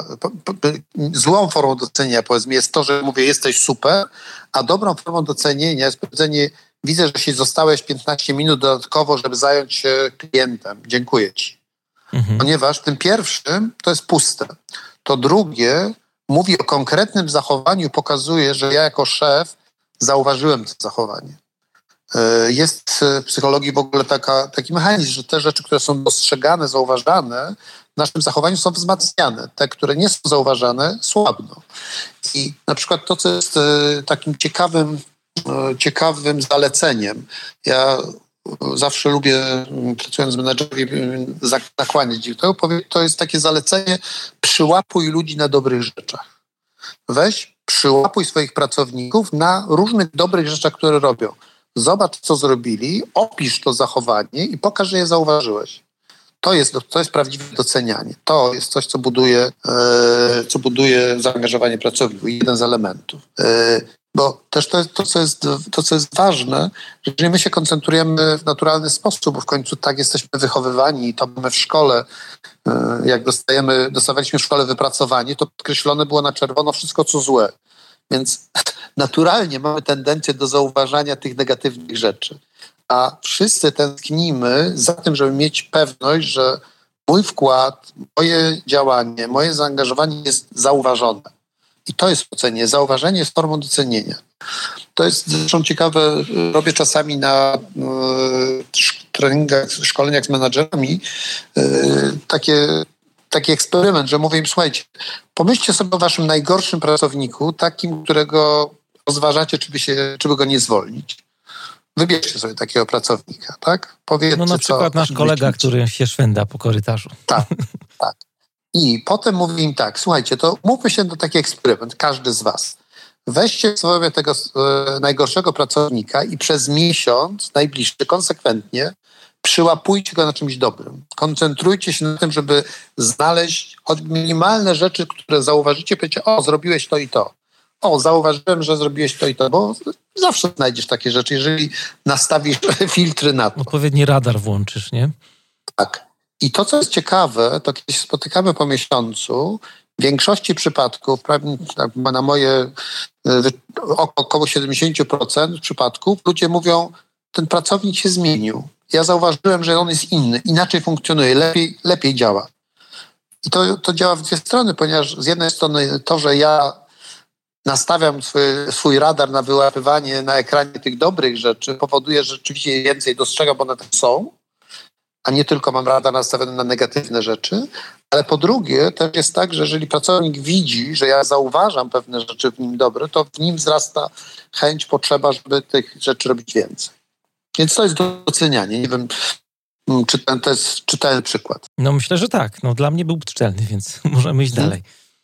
złą formą docenienia, powiedzmy, jest to, że mówię, jesteś super, a dobrą formą docenienia jest powiedzenie, widzę, że się zostałeś piętnaście minut dodatkowo, żeby zająć się klientem. Dziękuję ci. Mhm. Ponieważ tym pierwszym to jest puste. To drugie mówi o konkretnym zachowaniu, pokazuje, że ja jako szef zauważyłem to zachowanie. Jest w psychologii w ogóle taka, taki mechanizm, że te rzeczy, które są dostrzegane, zauważane, w naszym zachowaniu są wzmacniane. Te, które nie są zauważane, słabną. I na przykład to, co jest takim ciekawym, ciekawym zaleceniem. Ja zawsze lubię, pracując z menadżerami, nakłaniać ich. To jest takie zalecenie: przyłapuj ludzi na dobrych rzeczach. Weź, przyłapuj swoich pracowników na różnych dobrych rzeczach, które robią. Zobacz, co zrobili, opisz to zachowanie i pokaż, że je zauważyłeś. To jest, to jest prawdziwe docenianie. To jest coś, co buduje, e, co buduje zaangażowanie pracowników. Jeden z elementów. E, bo też to, jest, to, co jest, to, co jest ważne, że jeżeli my się koncentrujemy w naturalny sposób, bo w końcu tak jesteśmy wychowywani i to mamy w szkole, e, jak dostajemy, dostawaliśmy w szkole wypracowanie, to podkreślone było na czerwono wszystko, co złe. Więc naturalnie mamy tendencję do zauważania tych negatywnych rzeczy. A wszyscy tęsknimy za tym, żeby mieć pewność, że mój wkład, moje działanie, moje zaangażowanie jest zauważone. I to jest ocenienie. Zauważenie jest formą docenienia. To jest zresztą ciekawe, robię czasami na y, treningach, szkoleniach z menadżerami y, takie, taki eksperyment, że mówię im: słuchajcie, pomyślcie sobie o waszym najgorszym pracowniku, takim, którego rozważacie, czy by, się, czy by go nie zwolnić. Wybierzcie sobie takiego pracownika, tak? Powiedzcie, no na przykład co, nasz kolega, który się szwenda po korytarzu. Tak, tak. I potem mówię im tak: słuchajcie, to mówmy się do taki eksperyment, każdy z was. Weźcie sobie tego e, najgorszego pracownika i przez miesiąc najbliższy konsekwentnie przyłapujcie go na czymś dobrym. Koncentrujcie się na tym, żeby znaleźć choć minimalne rzeczy, które zauważycie, powiecie: o, zrobiłeś to i to. O, zauważyłem, że zrobiłeś to i to, bo zawsze znajdziesz takie rzeczy, jeżeli nastawisz filtry na to. Odpowiedni radar włączysz, nie? Tak. I to, co jest ciekawe, to kiedy się spotykamy po miesiącu, w większości przypadków, prawie na moje około siedemdziesiąt procent przypadków, ludzie mówią: ten pracownik się zmienił. Ja zauważyłem, że on jest inny, inaczej funkcjonuje, lepiej, lepiej działa. I to, to działa w dwie strony, ponieważ z jednej strony to, że ja nastawiam swój, swój radar na wyłapywanie na ekranie tych dobrych rzeczy, powoduje, że rzeczywiście więcej dostrzegam, bo one tam są, a nie tylko mam radar nastawiony na negatywne rzeczy. Ale po drugie też jest tak, że jeżeli pracownik widzi, że ja zauważam pewne rzeczy w nim dobre, to w nim wzrasta chęć, potrzeba, żeby tych rzeczy robić więcej. Więc to jest docenianie. Nie wiem, czy ten, to jest czytelny przykład. No myślę, że tak. No dla mnie był czytelny, więc możemy iść dalej.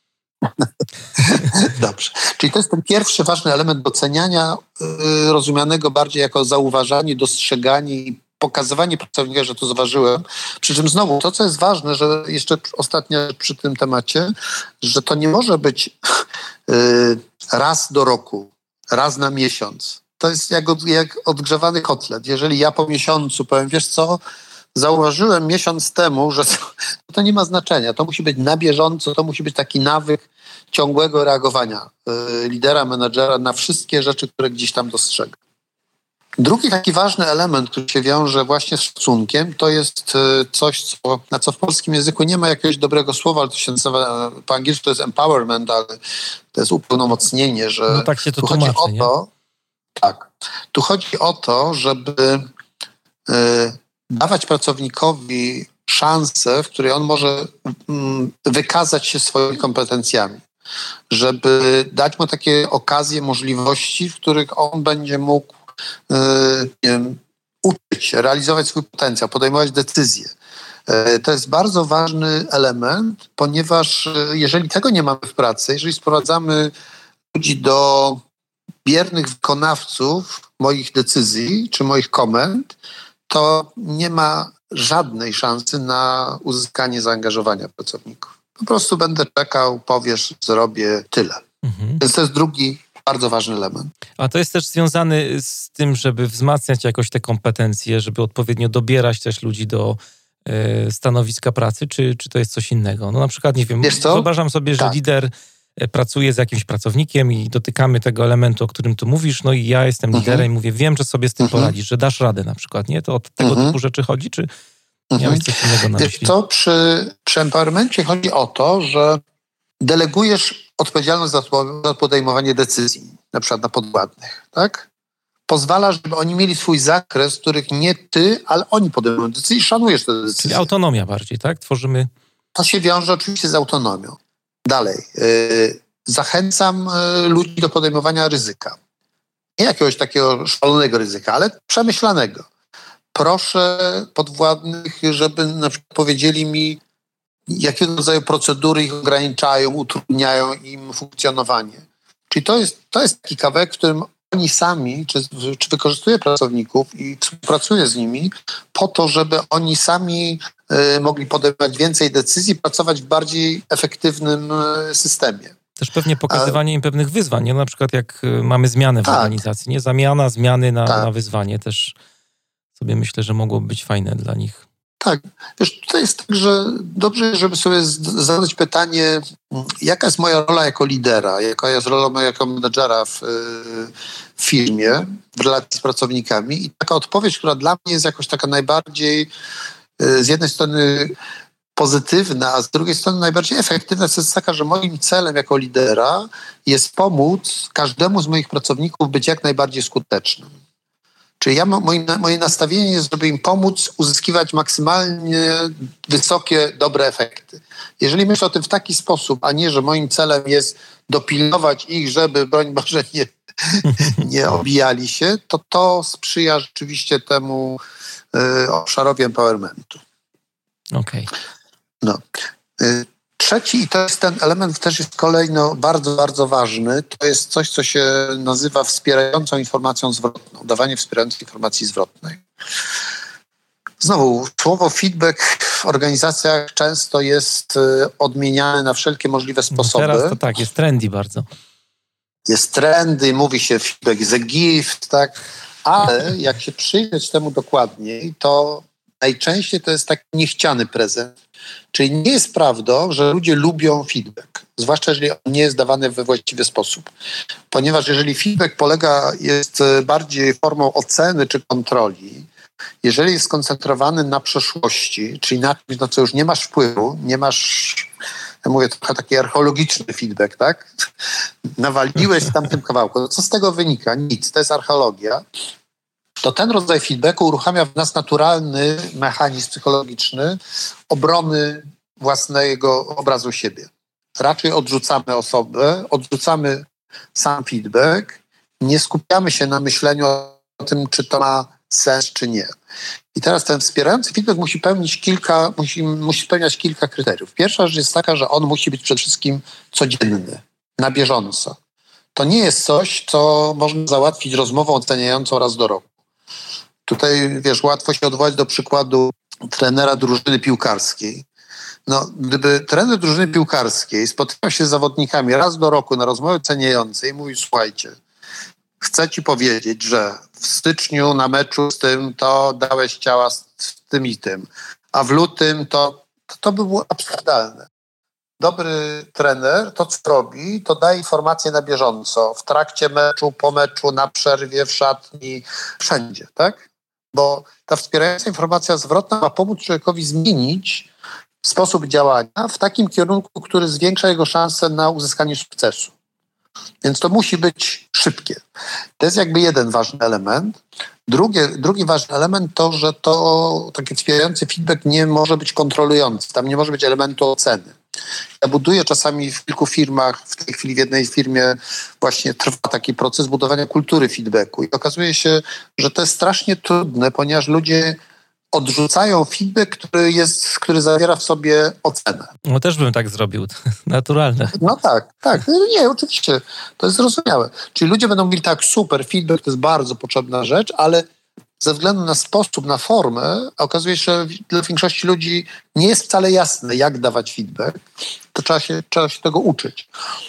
Dobrze. Czyli to jest ten pierwszy ważny element doceniania, yy, rozumianego bardziej jako zauważanie, dostrzeganie i pokazywanie pracownika, że to zauważyłem. Przy czym znowu to, co jest ważne, że jeszcze ostatnio przy tym temacie, że to nie może być yy, raz do roku, raz na miesiąc. To jest jak, od, jak odgrzewany kotlet. Jeżeli ja po miesiącu powiem: wiesz co, zauważyłem miesiąc temu, że to, to nie ma znaczenia. To musi być na bieżąco, to musi być taki nawyk ciągłego reagowania yy, lidera, menadżera na wszystkie rzeczy, które gdzieś tam dostrzega. Drugi taki ważny element, który się wiąże właśnie z szacunkiem, to jest yy, coś, co, na co w polskim języku nie ma jakiegoś dobrego słowa, ale to się nazywa, po angielsku to jest empowerment, ale to jest upełnomocnienie, że no tak się to tu tłumaczy, chodzi o to, tak, tu chodzi o to, żeby yy, dawać pracownikowi szansę, w której on może mm, wykazać się swoimi kompetencjami. Żeby dać mu takie okazje, możliwości, w których on będzie mógł yy, nie wiem, uczyć się, realizować swój potencjał, podejmować decyzje. Yy, to jest bardzo ważny element, ponieważ yy, jeżeli tego nie mamy w pracy, jeżeli sprowadzamy ludzi do biernych wykonawców moich decyzji czy moich komend, to nie ma żadnej szansy na uzyskanie zaangażowania pracowników. Po prostu będę czekał, powiesz, zrobię, tyle. Mhm. Więc to jest drugi bardzo ważny element. A to jest też związany z tym, żeby wzmacniać jakoś te kompetencje, żeby odpowiednio dobierać też ludzi do y, stanowiska pracy, czy, czy to jest coś innego? No na przykład, nie wiem, wyobrażam sobie, że tak. lider pracuje z jakimś pracownikiem i dotykamy tego elementu, o którym tu mówisz, no i ja jestem mhm. liderem i mówię: wiem, że sobie z tym mhm. poradzisz, że dasz radę na przykład, nie? To od tego mhm. typu rzeczy chodzi, czy miałeś coś innego na myśli? Wiesz co, przy, przy empowermencie chodzi o to, że delegujesz odpowiedzialność za, za podejmowanie decyzji, na przykład na podwładnych, tak? pozwala, żeby oni mieli swój zakres, w których nie ty, ale oni podejmują decyzje i szanujesz te decyzje. Czyli autonomia bardziej, tak? Tworzymy... To się wiąże oczywiście z autonomią. Dalej. Yy, zachęcam yy, ludzi do podejmowania ryzyka. Nie jakiegoś takiego szalonego ryzyka, ale przemyślanego. Proszę podwładnych, żeby na przykład powiedzieli mi, jakiego rodzaju procedury ich ograniczają, utrudniają im funkcjonowanie. Czyli to jest, to jest taki kawałek, w którym oni sami, czy, czy wykorzystuje pracowników i współpracuje z nimi po to, żeby oni sami y, mogli podejmować więcej decyzji, pracować w bardziej efektywnym y, systemie. Też pewnie pokazywanie A, im pewnych wyzwań, nie? Na przykład jak mamy zmianę w tak. organizacji, nie? Zamiana, zmiany na, tak. na wyzwanie też sobie myślę, że mogłoby być fajne dla nich. Tak. Wiesz, tutaj jest tak, że dobrze, żeby sobie zadać pytanie, jaka jest moja rola jako lidera, jaka jest rola moja jako menedżera w, w firmie, w relacji z pracownikami. I taka odpowiedź, która dla mnie jest jakoś taka najbardziej z jednej strony pozytywna, a z drugiej strony najbardziej efektywna, to jest taka, że moim celem jako lidera jest pomóc każdemu z moich pracowników być jak najbardziej skutecznym. Czyli ja, moim, moje nastawienie jest, żeby im pomóc uzyskiwać maksymalnie wysokie, dobre efekty. Jeżeli myślę o tym w taki sposób, a nie, że moim celem jest dopilnować ich, żeby, broń Boże, nie, nie obijali się, to to sprzyja rzeczywiście temu y, obszarowi empowermentu. Okej. Okay. No. Y, Trzeci, i to jest ten element też jest kolejno bardzo, bardzo ważny, to jest coś, co się nazywa wspierającą informacją zwrotną, dawanie wspierającej informacji zwrotnej. Znowu, słowo feedback w organizacjach często jest odmieniane na wszelkie możliwe sposoby. Teraz to tak, jest trendy bardzo. Jest trendy, mówi się feedback is a gift, tak, ale jak się przyjrzeć temu dokładniej, to najczęściej to jest taki niechciany prezent. Czyli nie jest prawdą, że ludzie lubią feedback, zwłaszcza jeżeli on nie jest dawany we właściwy sposób. Ponieważ jeżeli feedback polega, jest bardziej formą oceny czy kontroli, jeżeli jest skoncentrowany na przeszłości, czyli na czymś, na co już nie masz wpływu, nie masz, ja mówię trochę taki archeologiczny feedback, tak? Nawaliłeś w tamtym kawałku. No co z tego wynika? Nic, to jest archeologia. To ten rodzaj feedbacku uruchamia w nas naturalny mechanizm psychologiczny obrony własnego obrazu siebie. Raczej odrzucamy osobę, odrzucamy sam feedback, nie skupiamy się na myśleniu o tym, czy to ma sens, czy nie. I teraz ten wspierający feedback musi pełnić kilka, musi, musi spełniać kilka kryteriów. Pierwsza rzecz jest taka, że on musi być przede wszystkim codzienny, na bieżąco. To nie jest coś, co można załatwić rozmową oceniającą raz do roku. Tutaj, wiesz, łatwo się odwołać do przykładu trenera drużyny piłkarskiej. No, gdyby trener drużyny piłkarskiej spotykał się z zawodnikami raz do roku na rozmowie oceniającej i mówił, słuchajcie, chcę ci powiedzieć, że w styczniu na meczu z tym to dałeś ciała z tym i tym, a w lutym to, to, to by było absurdalne. Dobry trener to, co robi, to daje informacje na bieżąco, w trakcie meczu, po meczu, na przerwie, w szatni, wszędzie, tak? Bo ta wspierająca informacja zwrotna ma pomóc człowiekowi zmienić sposób działania w takim kierunku, który zwiększa jego szanse na uzyskanie sukcesu. Więc to musi być szybkie. To jest jakby jeden ważny element. Drugie, drugi ważny element to, że to taki wspierający feedback nie może być kontrolujący. Tam nie może być elementu oceny. Ja buduję czasami w kilku firmach, w tej chwili w jednej firmie właśnie trwa taki proces budowania kultury feedbacku i okazuje się, że to jest strasznie trudne, ponieważ ludzie odrzucają feedback, który jest, który zawiera w sobie ocenę. No też bym tak zrobił, naturalne. No tak, tak. Nie, oczywiście, to jest zrozumiałe. Czyli ludzie będą mówili tak, super, feedback to jest bardzo potrzebna rzecz, ale ze względu na sposób, na formę, okazuje się, że dla większości ludzi nie jest wcale jasne, jak dawać feedback. To trzeba się, trzeba się tego uczyć.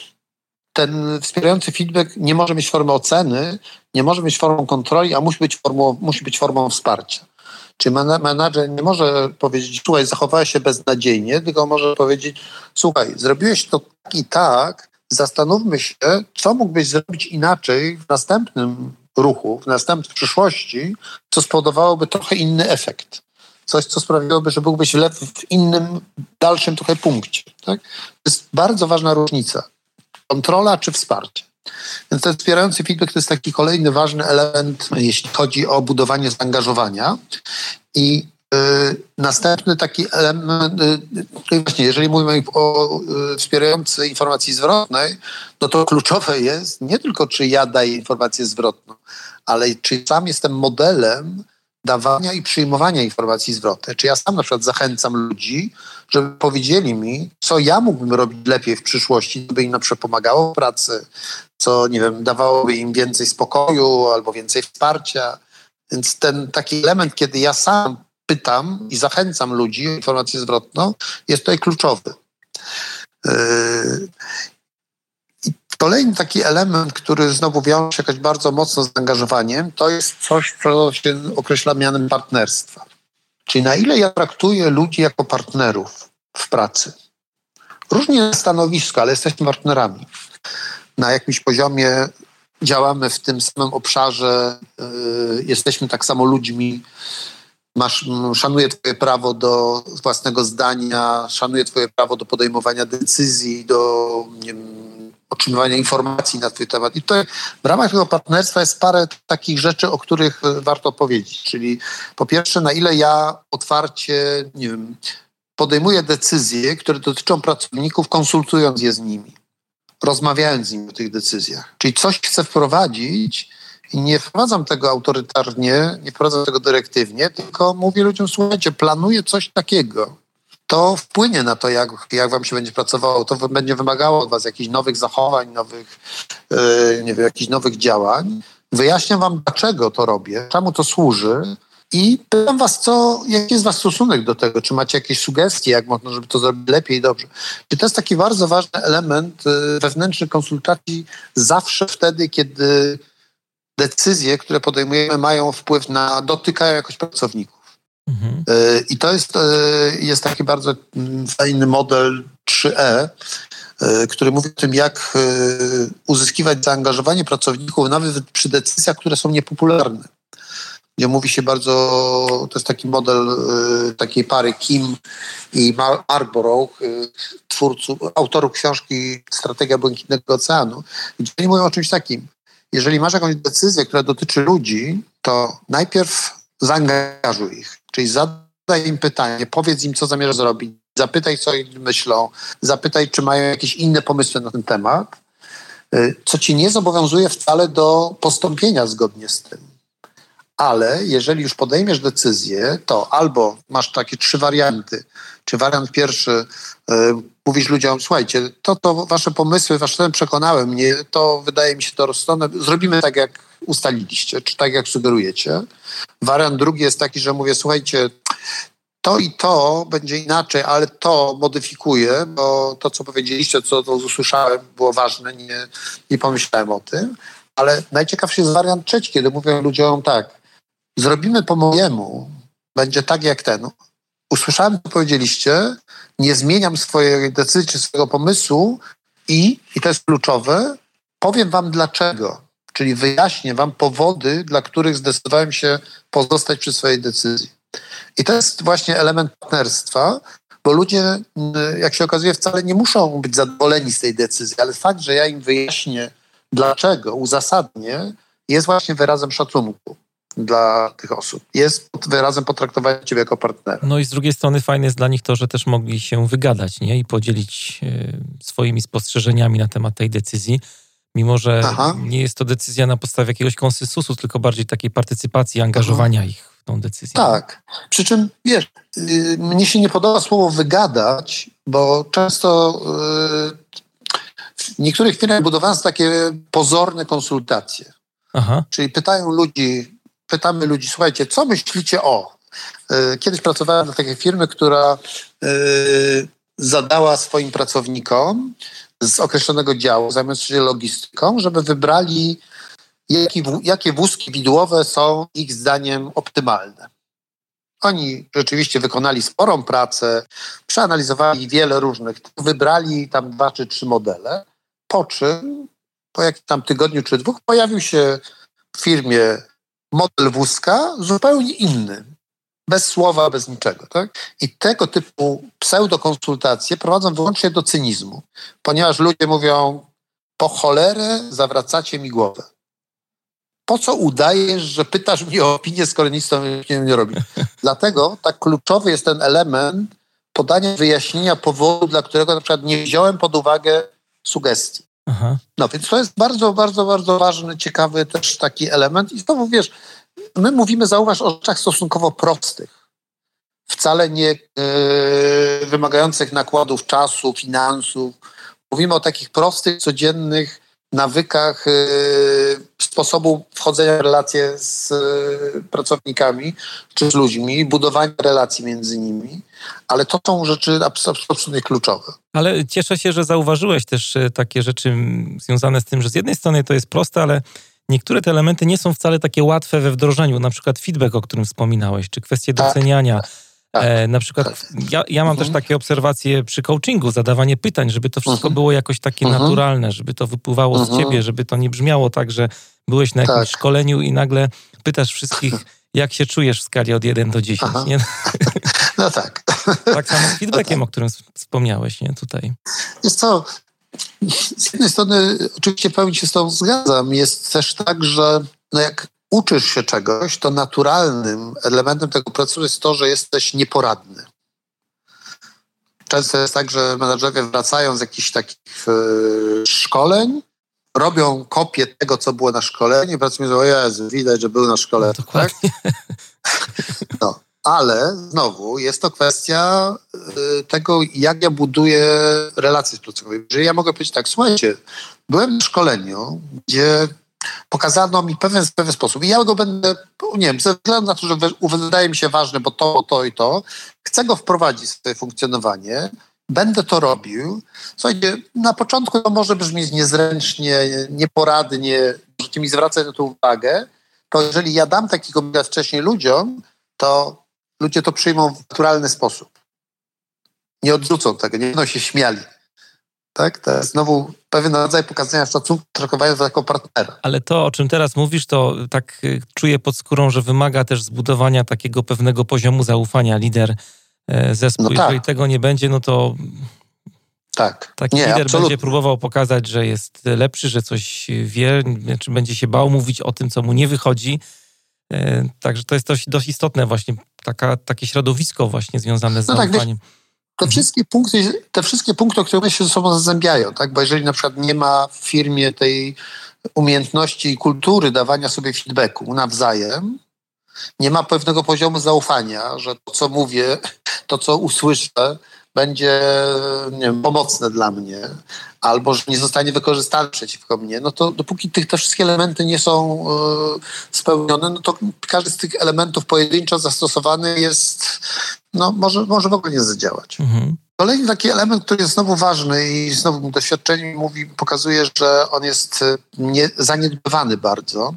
Ten wspierający feedback nie może mieć formy oceny, nie może mieć formą kontroli, a musi być formą, musi być formą wsparcia. Czyli menadżer nie może powiedzieć, słuchaj, zachowałeś się beznadziejnie, tylko może powiedzieć, słuchaj, zrobiłeś to tak i tak, zastanówmy się, co mógłbyś zrobić inaczej w następnym ruchu, w następnej przyszłości, co spowodowałoby trochę inny efekt. Coś, co sprawiłoby, że byłbyś w innym, dalszym trochę punkcie. Tak? To jest bardzo ważna różnica. Kontrola czy wsparcie. Więc ten wspierający feedback to jest taki kolejny ważny element, jeśli chodzi o budowanie zaangażowania. I y, następny taki element, y, właśnie jeżeli mówimy o y, wspierającej informacji zwrotnej, no to kluczowe jest nie tylko, czy ja daję informację zwrotną, ale czy sam jestem modelem dawania i przyjmowania informacji zwrotnej. Czy ja sam na przykład zachęcam ludzi, żeby powiedzieli mi, co ja mógłbym robić lepiej w przyszłości, żeby im na przykład pomagało w pracy, co, nie wiem, dawałoby im więcej spokoju albo więcej wsparcia. Więc ten taki element, kiedy ja sam pytam i zachęcam ludzi o informację zwrotną, jest tutaj kluczowy. Yy... Kolejny taki element, który znowu wiąże się jakoś bardzo mocno z zaangażowaniem, to jest coś, co się określa mianem partnerstwa. Czyli na ile ja traktuję ludzi jako partnerów w pracy. Różnie na stanowisko, ale jesteśmy partnerami. Na jakimś poziomie działamy w tym samym obszarze, yy, jesteśmy tak samo ludźmi. Masz, szanuję twoje prawo do własnego zdania, szanuję twoje prawo do podejmowania decyzji, do nie wiem, otrzymywania informacji na twój temat. I to w ramach tego partnerstwa jest parę takich rzeczy, o których warto powiedzieć. Czyli po pierwsze, na ile ja otwarcie, nie wiem, podejmuję decyzje, które dotyczą pracowników, konsultując je z nimi, rozmawiając z nimi o tych decyzjach. Czyli coś chcę wprowadzić i nie wprowadzam tego autorytarnie, nie wprowadzam tego dyrektywnie, tylko mówię ludziom, słuchajcie, planuję coś takiego. To wpłynie na to, jak, jak wam się będzie pracowało. To będzie wymagało od was jakichś nowych zachowań, nowych, yy, nie wiem, jakichś nowych działań. Wyjaśniam wam, dlaczego to robię, czemu to służy i pytam was, co, jaki jest wasz stosunek do tego, czy macie jakieś sugestie, jak można, żeby to zrobić lepiej i dobrze. Czyli to jest taki bardzo ważny element yy, wewnętrznych konsultacji zawsze wtedy, kiedy decyzje, które podejmujemy, mają wpływ na, dotykają jakoś pracowników. Mhm. I to jest, jest taki bardzo fajny model trzy E, który mówi o tym, jak uzyskiwać zaangażowanie pracowników nawet przy decyzjach, które są niepopularne. Gdzie mówi się bardzo, to jest taki model takiej pary Kim i Marlborough, twórców, autorów książki Strategia Błękitnego Oceanu, gdzie oni mówią o czymś takim. Jeżeli masz jakąś decyzję, która dotyczy ludzi, to najpierw zaangażuj ich. Czyli zadaj im pytanie, powiedz im, co zamierzasz zrobić, zapytaj, co oni myślą, zapytaj, czy mają jakieś inne pomysły na ten temat, co ci nie zobowiązuje wcale do postąpienia zgodnie z tym. Ale jeżeli już podejmiesz decyzję, to albo masz takie trzy warianty. Czy wariant pierwszy, yy, mówisz ludziom, słuchajcie, to, to wasze pomysły, wasze przekonały mnie, to wydaje mi się to rozsądne, zrobimy tak, jak ustaliliście, czy tak, jak sugerujecie. Wariant drugi jest taki, że mówię, słuchajcie, to i to będzie inaczej, ale to modyfikuję, bo to, co powiedzieliście, co to usłyszałem, było ważne, nie, nie pomyślałem o tym. Ale najciekawszy jest wariant trzeci, kiedy mówię ludziom tak, zrobimy po mojemu, będzie tak jak ten. Usłyszałem, co powiedzieliście, nie zmieniam swojej decyzji czy swojego pomysłu i, i to jest kluczowe, powiem wam dlaczego. Czyli wyjaśnię wam powody, dla których zdecydowałem się pozostać przy swojej decyzji. I to jest właśnie element partnerstwa, bo ludzie, jak się okazuje, wcale nie muszą być zadowoleni z tej decyzji, ale fakt, że ja im wyjaśnię dlaczego, uzasadnię, jest właśnie wyrazem szacunku dla tych osób. Jest wyrazem potraktowania ciebie jako partnera. No i z drugiej strony fajne jest dla nich to, że też mogli się wygadać, nie? I podzielić e, swoimi spostrzeżeniami na temat tej decyzji. Mimo że Aha. nie jest to decyzja na podstawie jakiegoś konsensusu, tylko bardziej takiej partycypacji, angażowania Aha. ich w tą decyzję. Tak. Przy czym, wiesz, yy, mnie się nie podoba słowo wygadać, bo często yy, w niektórych firmach budowane są takie pozorne konsultacje. Aha. Czyli pytają ludzi, pytamy ludzi, słuchajcie, co myślicie o? Yy, kiedyś pracowałem dla takiej firmy, która yy, zadała swoim pracownikom z określonego działu, zajmując się logistyką, żeby wybrali, jaki, jakie wózki widłowe są ich zdaniem optymalne. Oni rzeczywiście wykonali sporą pracę, przeanalizowali wiele różnych, wybrali tam dwa czy trzy modele, po czym po jakimś tam tygodniu czy dwóch pojawił się w firmie model wózka zupełnie inny. Bez słowa, bez niczego. Tak? I tego typu pseudokonsultacje prowadzą wyłącznie do cynizmu. Ponieważ ludzie mówią, po cholerę zawracacie mi głowę? Po co udajesz, że pytasz mnie o opinię, skoro nic to nie, nie robi? Dlatego tak kluczowy jest ten element podania wyjaśnienia powodu, dla którego na przykład nie wziąłem pod uwagę sugestii. Aha. No więc to jest bardzo, bardzo, bardzo ważny, ciekawy też taki element. I znowu wiesz, my mówimy, zauważ, o rzeczach stosunkowo prostych. Wcale nie yy, wymagających nakładów czasu, finansów. Mówimy o takich prostych, codziennych nawykach yy, sposobu wchodzenia w relacje z yy, pracownikami czy z ludźmi, budowania relacji między nimi, ale to są rzeczy absolutnie kluczowe. Ale cieszę się, że zauważyłeś też takie rzeczy związane z tym, że z jednej strony to jest proste, ale niektóre te elementy nie są wcale takie łatwe we wdrożeniu, na przykład feedback, o którym wspominałeś, czy kwestie doceniania. Tak. Tak, e, na przykład tak. ja, ja mam mhm. też takie obserwacje przy coachingu, zadawanie pytań, żeby to wszystko mhm. było jakoś takie mhm. naturalne, żeby to wypływało mhm. z ciebie, żeby to nie brzmiało tak, że byłeś na jakimś tak. szkoleniu i nagle pytasz wszystkich, jak się czujesz w skali od jeden do dziesięciu. Nie? No tak. Tak samo z feedbackiem, no tak. o którym wspomniałeś, nie? Tutaj. Jest co, z jednej strony oczywiście w pełni się z tobą zgadzam. Jest też tak, że no jak uczysz się czegoś, to naturalnym elementem tego procesu jest to, że jesteś nieporadny. Często jest tak, że menadżerowie wracają z jakichś takich yy, szkoleń, robią kopię tego, co było na szkoleniu i pracują, że o Jezu, widać, że był na szkoleniu. No, tak? No, ale znowu jest to kwestia yy, tego, jak ja buduję relacje z pracownikami. Jeżeli ja mogę powiedzieć tak, słuchajcie, byłem na szkoleniu, gdzie pokazano mi pewien, pewien sposób i ja go będę, nie wiem, ze względu na to, że wydaje mi się ważne, bo to, to i to, chcę go wprowadzić w swoje funkcjonowanie, będę to robił. Słuchajcie, na początku to może brzmieć niezręcznie, nieporadnie, możecie mi zwracać na to uwagę, to jeżeli ja dam taki komunikat wcześniej ludziom, to ludzie to przyjmą w naturalny sposób. Nie odrzucą tego, nie będą się śmiali. Tak? To jest znowu pewien rodzaj pokazania szacunku, traktowania jako partnera. Ale to, o czym teraz mówisz, to tak czuję pod skórą, że wymaga też zbudowania takiego pewnego poziomu zaufania lider, zespół. No tak. Jeżeli tego nie będzie, no to tak. taki nie, lider absolutnie. będzie próbował pokazać, że jest lepszy, że coś wie, czy będzie się bał mówić o tym, co mu nie wychodzi. Także to jest dość, dość istotne właśnie, taka, takie środowisko właśnie związane z no zaufaniem. Tak, Te, mhm. wszystkie punkty, te wszystkie punkty, o które się ze sobą zazębiają, tak? Bo jeżeli na przykład nie ma w firmie tej umiejętności i kultury dawania sobie feedbacku nawzajem, nie ma pewnego poziomu zaufania, że to, co mówię, to, co usłyszę, będzie nie wiem, pomocne dla mnie, albo że nie zostanie wykorzystane przeciwko mnie, no to dopóki tych, te wszystkie elementy nie są y, spełnione, no to każdy z tych elementów pojedynczo zastosowany jest, no może, może w ogóle nie zadziałać. Mhm. Kolejny taki element, który jest znowu ważny i znowu doświadczenie mówi, pokazuje, że on jest nie, zaniedbywany bardzo,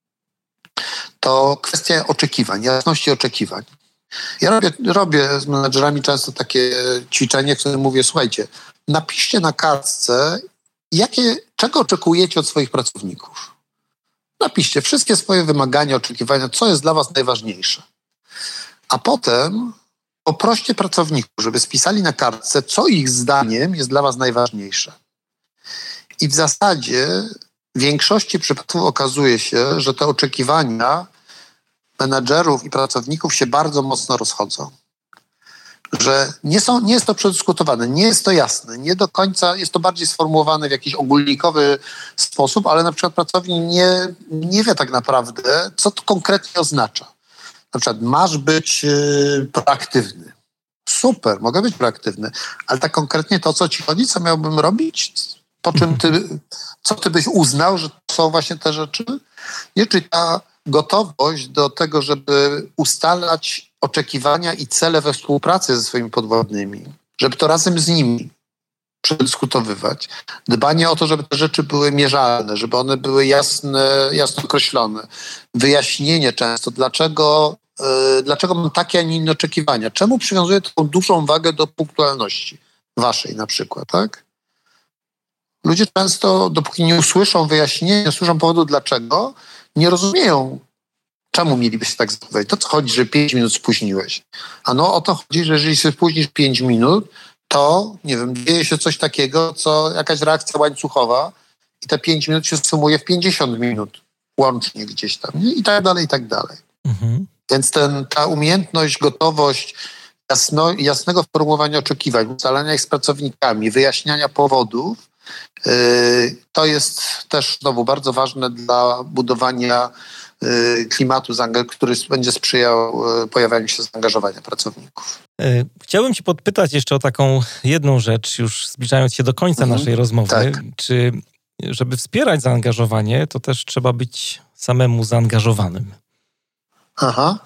to kwestia oczekiwań, jasności oczekiwań. Ja robię, robię z menedżerami często takie ćwiczenie, w którym mówię, słuchajcie, napiszcie na kartce, jakie, czego oczekujecie od swoich pracowników. Napiszcie wszystkie swoje wymagania, oczekiwania, co jest dla was najważniejsze. A potem poproście pracowników, żeby spisali na kartce, co ich zdaniem jest dla was najważniejsze. I w zasadzie w większości przypadków okazuje się, że te oczekiwania menadżerów i pracowników się bardzo mocno rozchodzą. Że nie, są, nie jest to przedyskutowane, nie jest to jasne, nie do końca jest to bardziej sformułowane w jakiś ogólnikowy sposób, ale na przykład pracownik nie, nie wie tak naprawdę, co to konkretnie oznacza. Na przykład masz być yy, proaktywny. Super, mogę być proaktywny, ale tak konkretnie to, co ci chodzi, co miałbym robić? Po czym ty, co ty byś uznał, że to są właśnie te rzeczy? Nie, czy ta gotowość do tego, żeby ustalać oczekiwania i cele we współpracy ze swoimi podwładnymi, żeby to razem z nimi przedyskutowywać. Dbanie o to, żeby te rzeczy były mierzalne, żeby one były jasne, jasno określone. Wyjaśnienie często, dlaczego, yy, dlaczego mam takie, a nie inne oczekiwania. Czemu przywiązuję taką dużą wagę do punktualności waszej na przykład, tak? Ludzie często, dopóki nie usłyszą wyjaśnienia, nie usłyszą powodu dlaczego, nie rozumieją, czemu mieliby się tak zachować. To co chodzi, że pięć minut spóźniłeś? A no o to chodzi, że jeżeli się spóźnisz pięć minut, to, nie wiem, dzieje się coś takiego, co jakaś reakcja łańcuchowa i te pięć minut się sumuje w pięćdziesiąt minut łącznie gdzieś tam, nie? I tak dalej, i tak dalej. Mhm. Więc ten, ta umiejętność, gotowość jasno, jasnego formułowania oczekiwań, ustalania ich z pracownikami, wyjaśniania powodów, yy, to jest też znowu bardzo ważne dla budowania yy, klimatu, który będzie sprzyjał yy, pojawianiu się zaangażowania pracowników. Chciałbym Cię podpytać jeszcze o taką jedną rzecz, już zbliżając się do końca mhm. naszej rozmowy. Tak. Czy żeby wspierać zaangażowanie, to też trzeba być samemu zaangażowanym? Aha.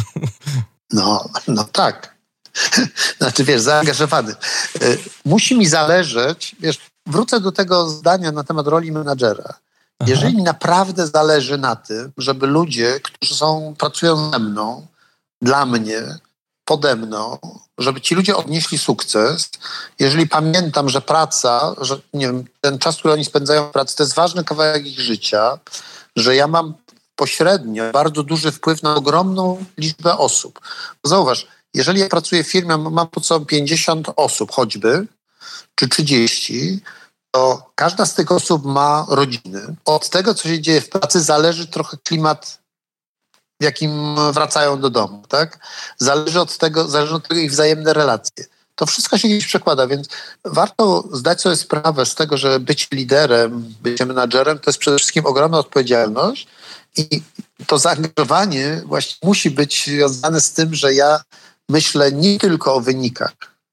No, no tak. Znaczy, wiesz, zaangażowany. Musi mi zależeć, wiesz, wrócę do tego zdania na temat roli menadżera. Aha. Jeżeli mi naprawdę zależy na tym, żeby ludzie, którzy są, pracują ze mną, dla mnie, pode mną, żeby ci ludzie odnieśli sukces, jeżeli pamiętam, że praca, że nie wiem, ten czas, który oni spędzają w pracy, to jest ważny kawałek ich życia, że ja mam pośrednio bardzo duży wpływ na ogromną liczbę osób. Zauważ, jeżeli ja pracuję w firmie, mam po co pięćdziesiąt osób choćby, czy trzydzieści, to każda z tych osób ma rodziny. Od tego, co się dzieje w pracy, zależy trochę klimat, w jakim wracają do domu, tak? Zależy od tego, zależy od tego ich wzajemne relacje. To wszystko się gdzieś przekłada, więc warto zdać sobie sprawę z tego, że być liderem, bycie menadżerem, to jest przede wszystkim ogromna odpowiedzialność i to zaangażowanie właśnie musi być związane z tym, że ja myślę nie tylko o wynikach.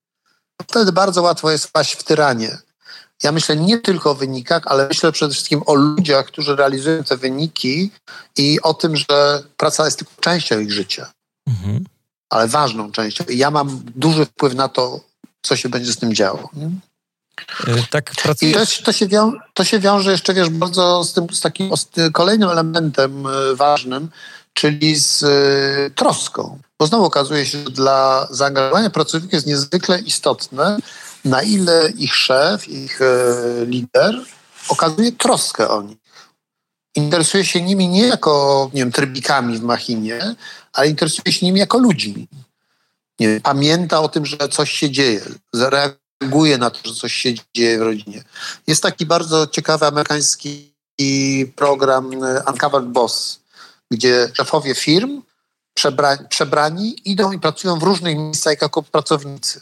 Wtedy bardzo łatwo jest wpaść w tyranię. Ja myślę nie tylko o wynikach, ale myślę przede wszystkim o ludziach, którzy realizują te wyniki i o tym, że praca jest tylko częścią ich życia. Mhm. Ale ważną częścią. I ja mam duży wpływ na to, co się będzie z tym działo. Nie? Tak pracujesz... I to, to, się wią, to się wiąże jeszcze, wiesz, bardzo z tym, z takim z tym kolejnym elementem ważnym, czyli z y, troską. Bo znowu okazuje się, że dla zaangażowania pracowników jest niezwykle istotne, na ile ich szef, ich y, lider okazuje troskę o nich. Interesuje się nimi nie jako, nie wiem, trybikami w machinie, ale interesuje się nimi jako ludźmi. Nie wiem, pamięta o tym, że coś się dzieje, zareaguje na to, że coś się dzieje w rodzinie. Jest taki bardzo ciekawy amerykański program Uncovered Boss, gdzie szefowie firm przebra- przebrani idą i pracują w różnych miejscach jako pracownicy.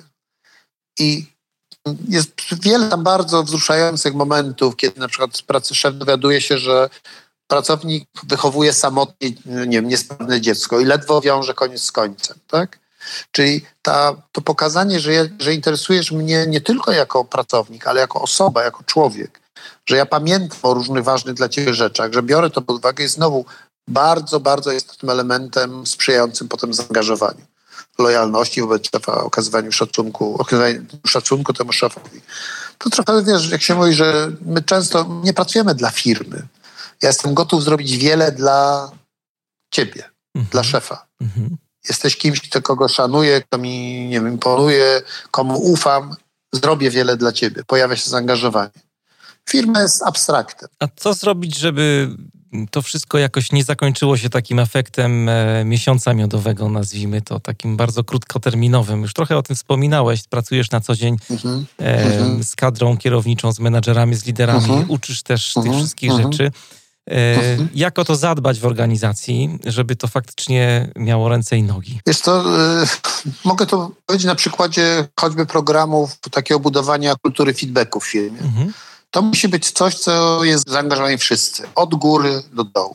I jest wiele tam bardzo wzruszających momentów, kiedy na przykład pracy szef dowiaduje się, że pracownik wychowuje samotnie, nie wiem, niesprawne dziecko i ledwo wiąże koniec z końcem, tak? Czyli ta, to pokazanie, że, ja, że interesujesz mnie nie tylko jako pracownik, ale jako osoba, jako człowiek, że ja pamiętam o różnych ważnych dla ciebie rzeczach, że biorę to pod uwagę, jest znowu bardzo, bardzo istotnym elementem sprzyjającym potem zaangażowaniu, lojalności wobec szefa, okazywaniu szacunku, okazywaniu szacunku temu szefowi. To trochę, wiesz, jak się mówi, że my często nie pracujemy dla firmy. Ja jestem gotów zrobić wiele dla ciebie, mhm. dla szefa. Mhm. Jesteś kimś, kto kogo szanuję, kto mi, nie wiem, imponuje, komu ufam, zrobię wiele dla ciebie. Pojawia się zaangażowanie. Firma jest abstraktem. A co zrobić, żeby to wszystko jakoś nie zakończyło się takim efektem e, miesiąca miodowego, nazwijmy to, takim bardzo krótkoterminowym? Już trochę o tym wspominałeś, pracujesz na co dzień mm-hmm. e, mm-hmm. z kadrą kierowniczą, z menadżerami, z liderami, mm-hmm. uczysz też mm-hmm. tych wszystkich mm-hmm. rzeczy. E, mm-hmm. Jak o to zadbać w organizacji, żeby to faktycznie miało ręce i nogi? Wiesz co, y, mogę to powiedzieć na przykładzie choćby programów takiego budowania kultury feedbacku w firmie. Mm-hmm. To musi być coś, co jest zaangażowani wszyscy, od góry do dołu.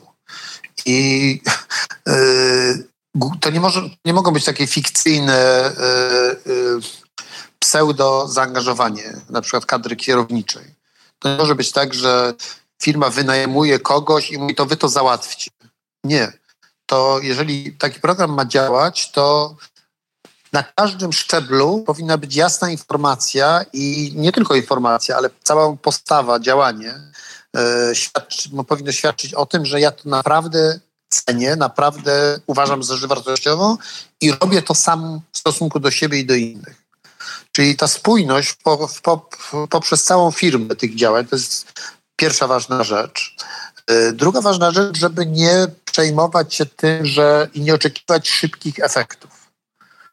I yy, to nie, może, nie mogą być takie fikcyjne yy, yy, pseudo zaangażowanie, na przykład kadry kierowniczej. To nie może być tak, że firma wynajmuje kogoś i mówi, to wy to załatwcie. Nie. To jeżeli taki program ma działać, to na każdym szczeblu powinna być jasna informacja i nie tylko informacja, ale cała postawa, działanie e, świadczy, no, powinno świadczyć o tym, że ja to naprawdę cenię, naprawdę uważam za rzecz wartościową i robię to sam w stosunku do siebie i do innych. Czyli ta spójność po, po, poprzez całą firmę tych działań to jest pierwsza ważna rzecz. E, druga ważna rzecz, żeby nie przejmować się tym, że i nie oczekiwać szybkich efektów.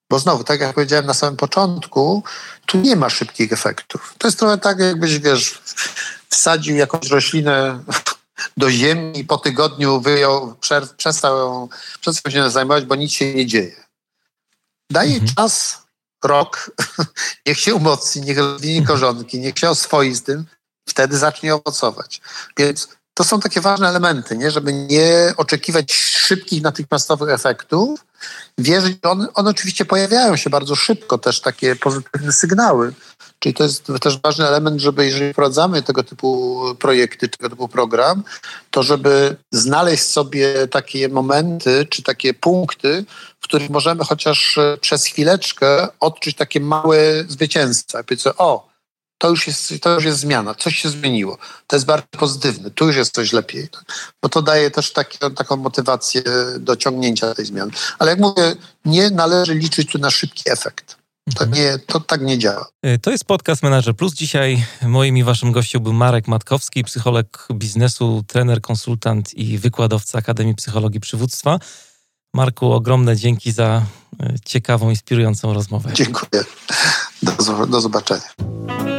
Bo znowu, tak jak powiedziałem na samym początku, tu nie ma szybkich efektów. To jest trochę tak, jakbyś, wiesz, wsadził jakąś roślinę do ziemi i po tygodniu wyjął, przestał ją, przestał się zajmować, bo nic się nie dzieje. Daj mhm. czas, rok, niech się umocni, niech rozwinie korzonki, niech się oswoi z tym, wtedy zacznie owocować. Więc to są takie ważne elementy, nie? Żeby nie oczekiwać szybkich, natychmiastowych efektów, wierzyć, że one, one oczywiście pojawiają się bardzo szybko, też takie pozytywne sygnały. Czyli to jest też ważny element, żeby jeżeli wprowadzamy tego typu projekty, tego typu program, to żeby znaleźć sobie takie momenty, czy takie punkty, w których możemy chociaż przez chwileczkę odczuć takie małe zwycięstwa. Powiedzmy, o, to już jest, to już jest zmiana, coś się zmieniło. To jest bardzo pozytywne, tu już jest coś lepiej. Bo to daje też takie, taką motywację do ciągnięcia tej zmiany. Ale jak mówię, nie należy liczyć tu na szybki efekt. To, nie, to tak nie działa. To jest podcast Manager Plus. Dzisiaj moim i waszym gościem był Marek Matkowski, psycholog biznesu, trener, konsultant i wykładowca Akademii Psychologii Przywództwa. Marku, ogromne dzięki za ciekawą, inspirującą rozmowę. Dziękuję. Do, do zobaczenia.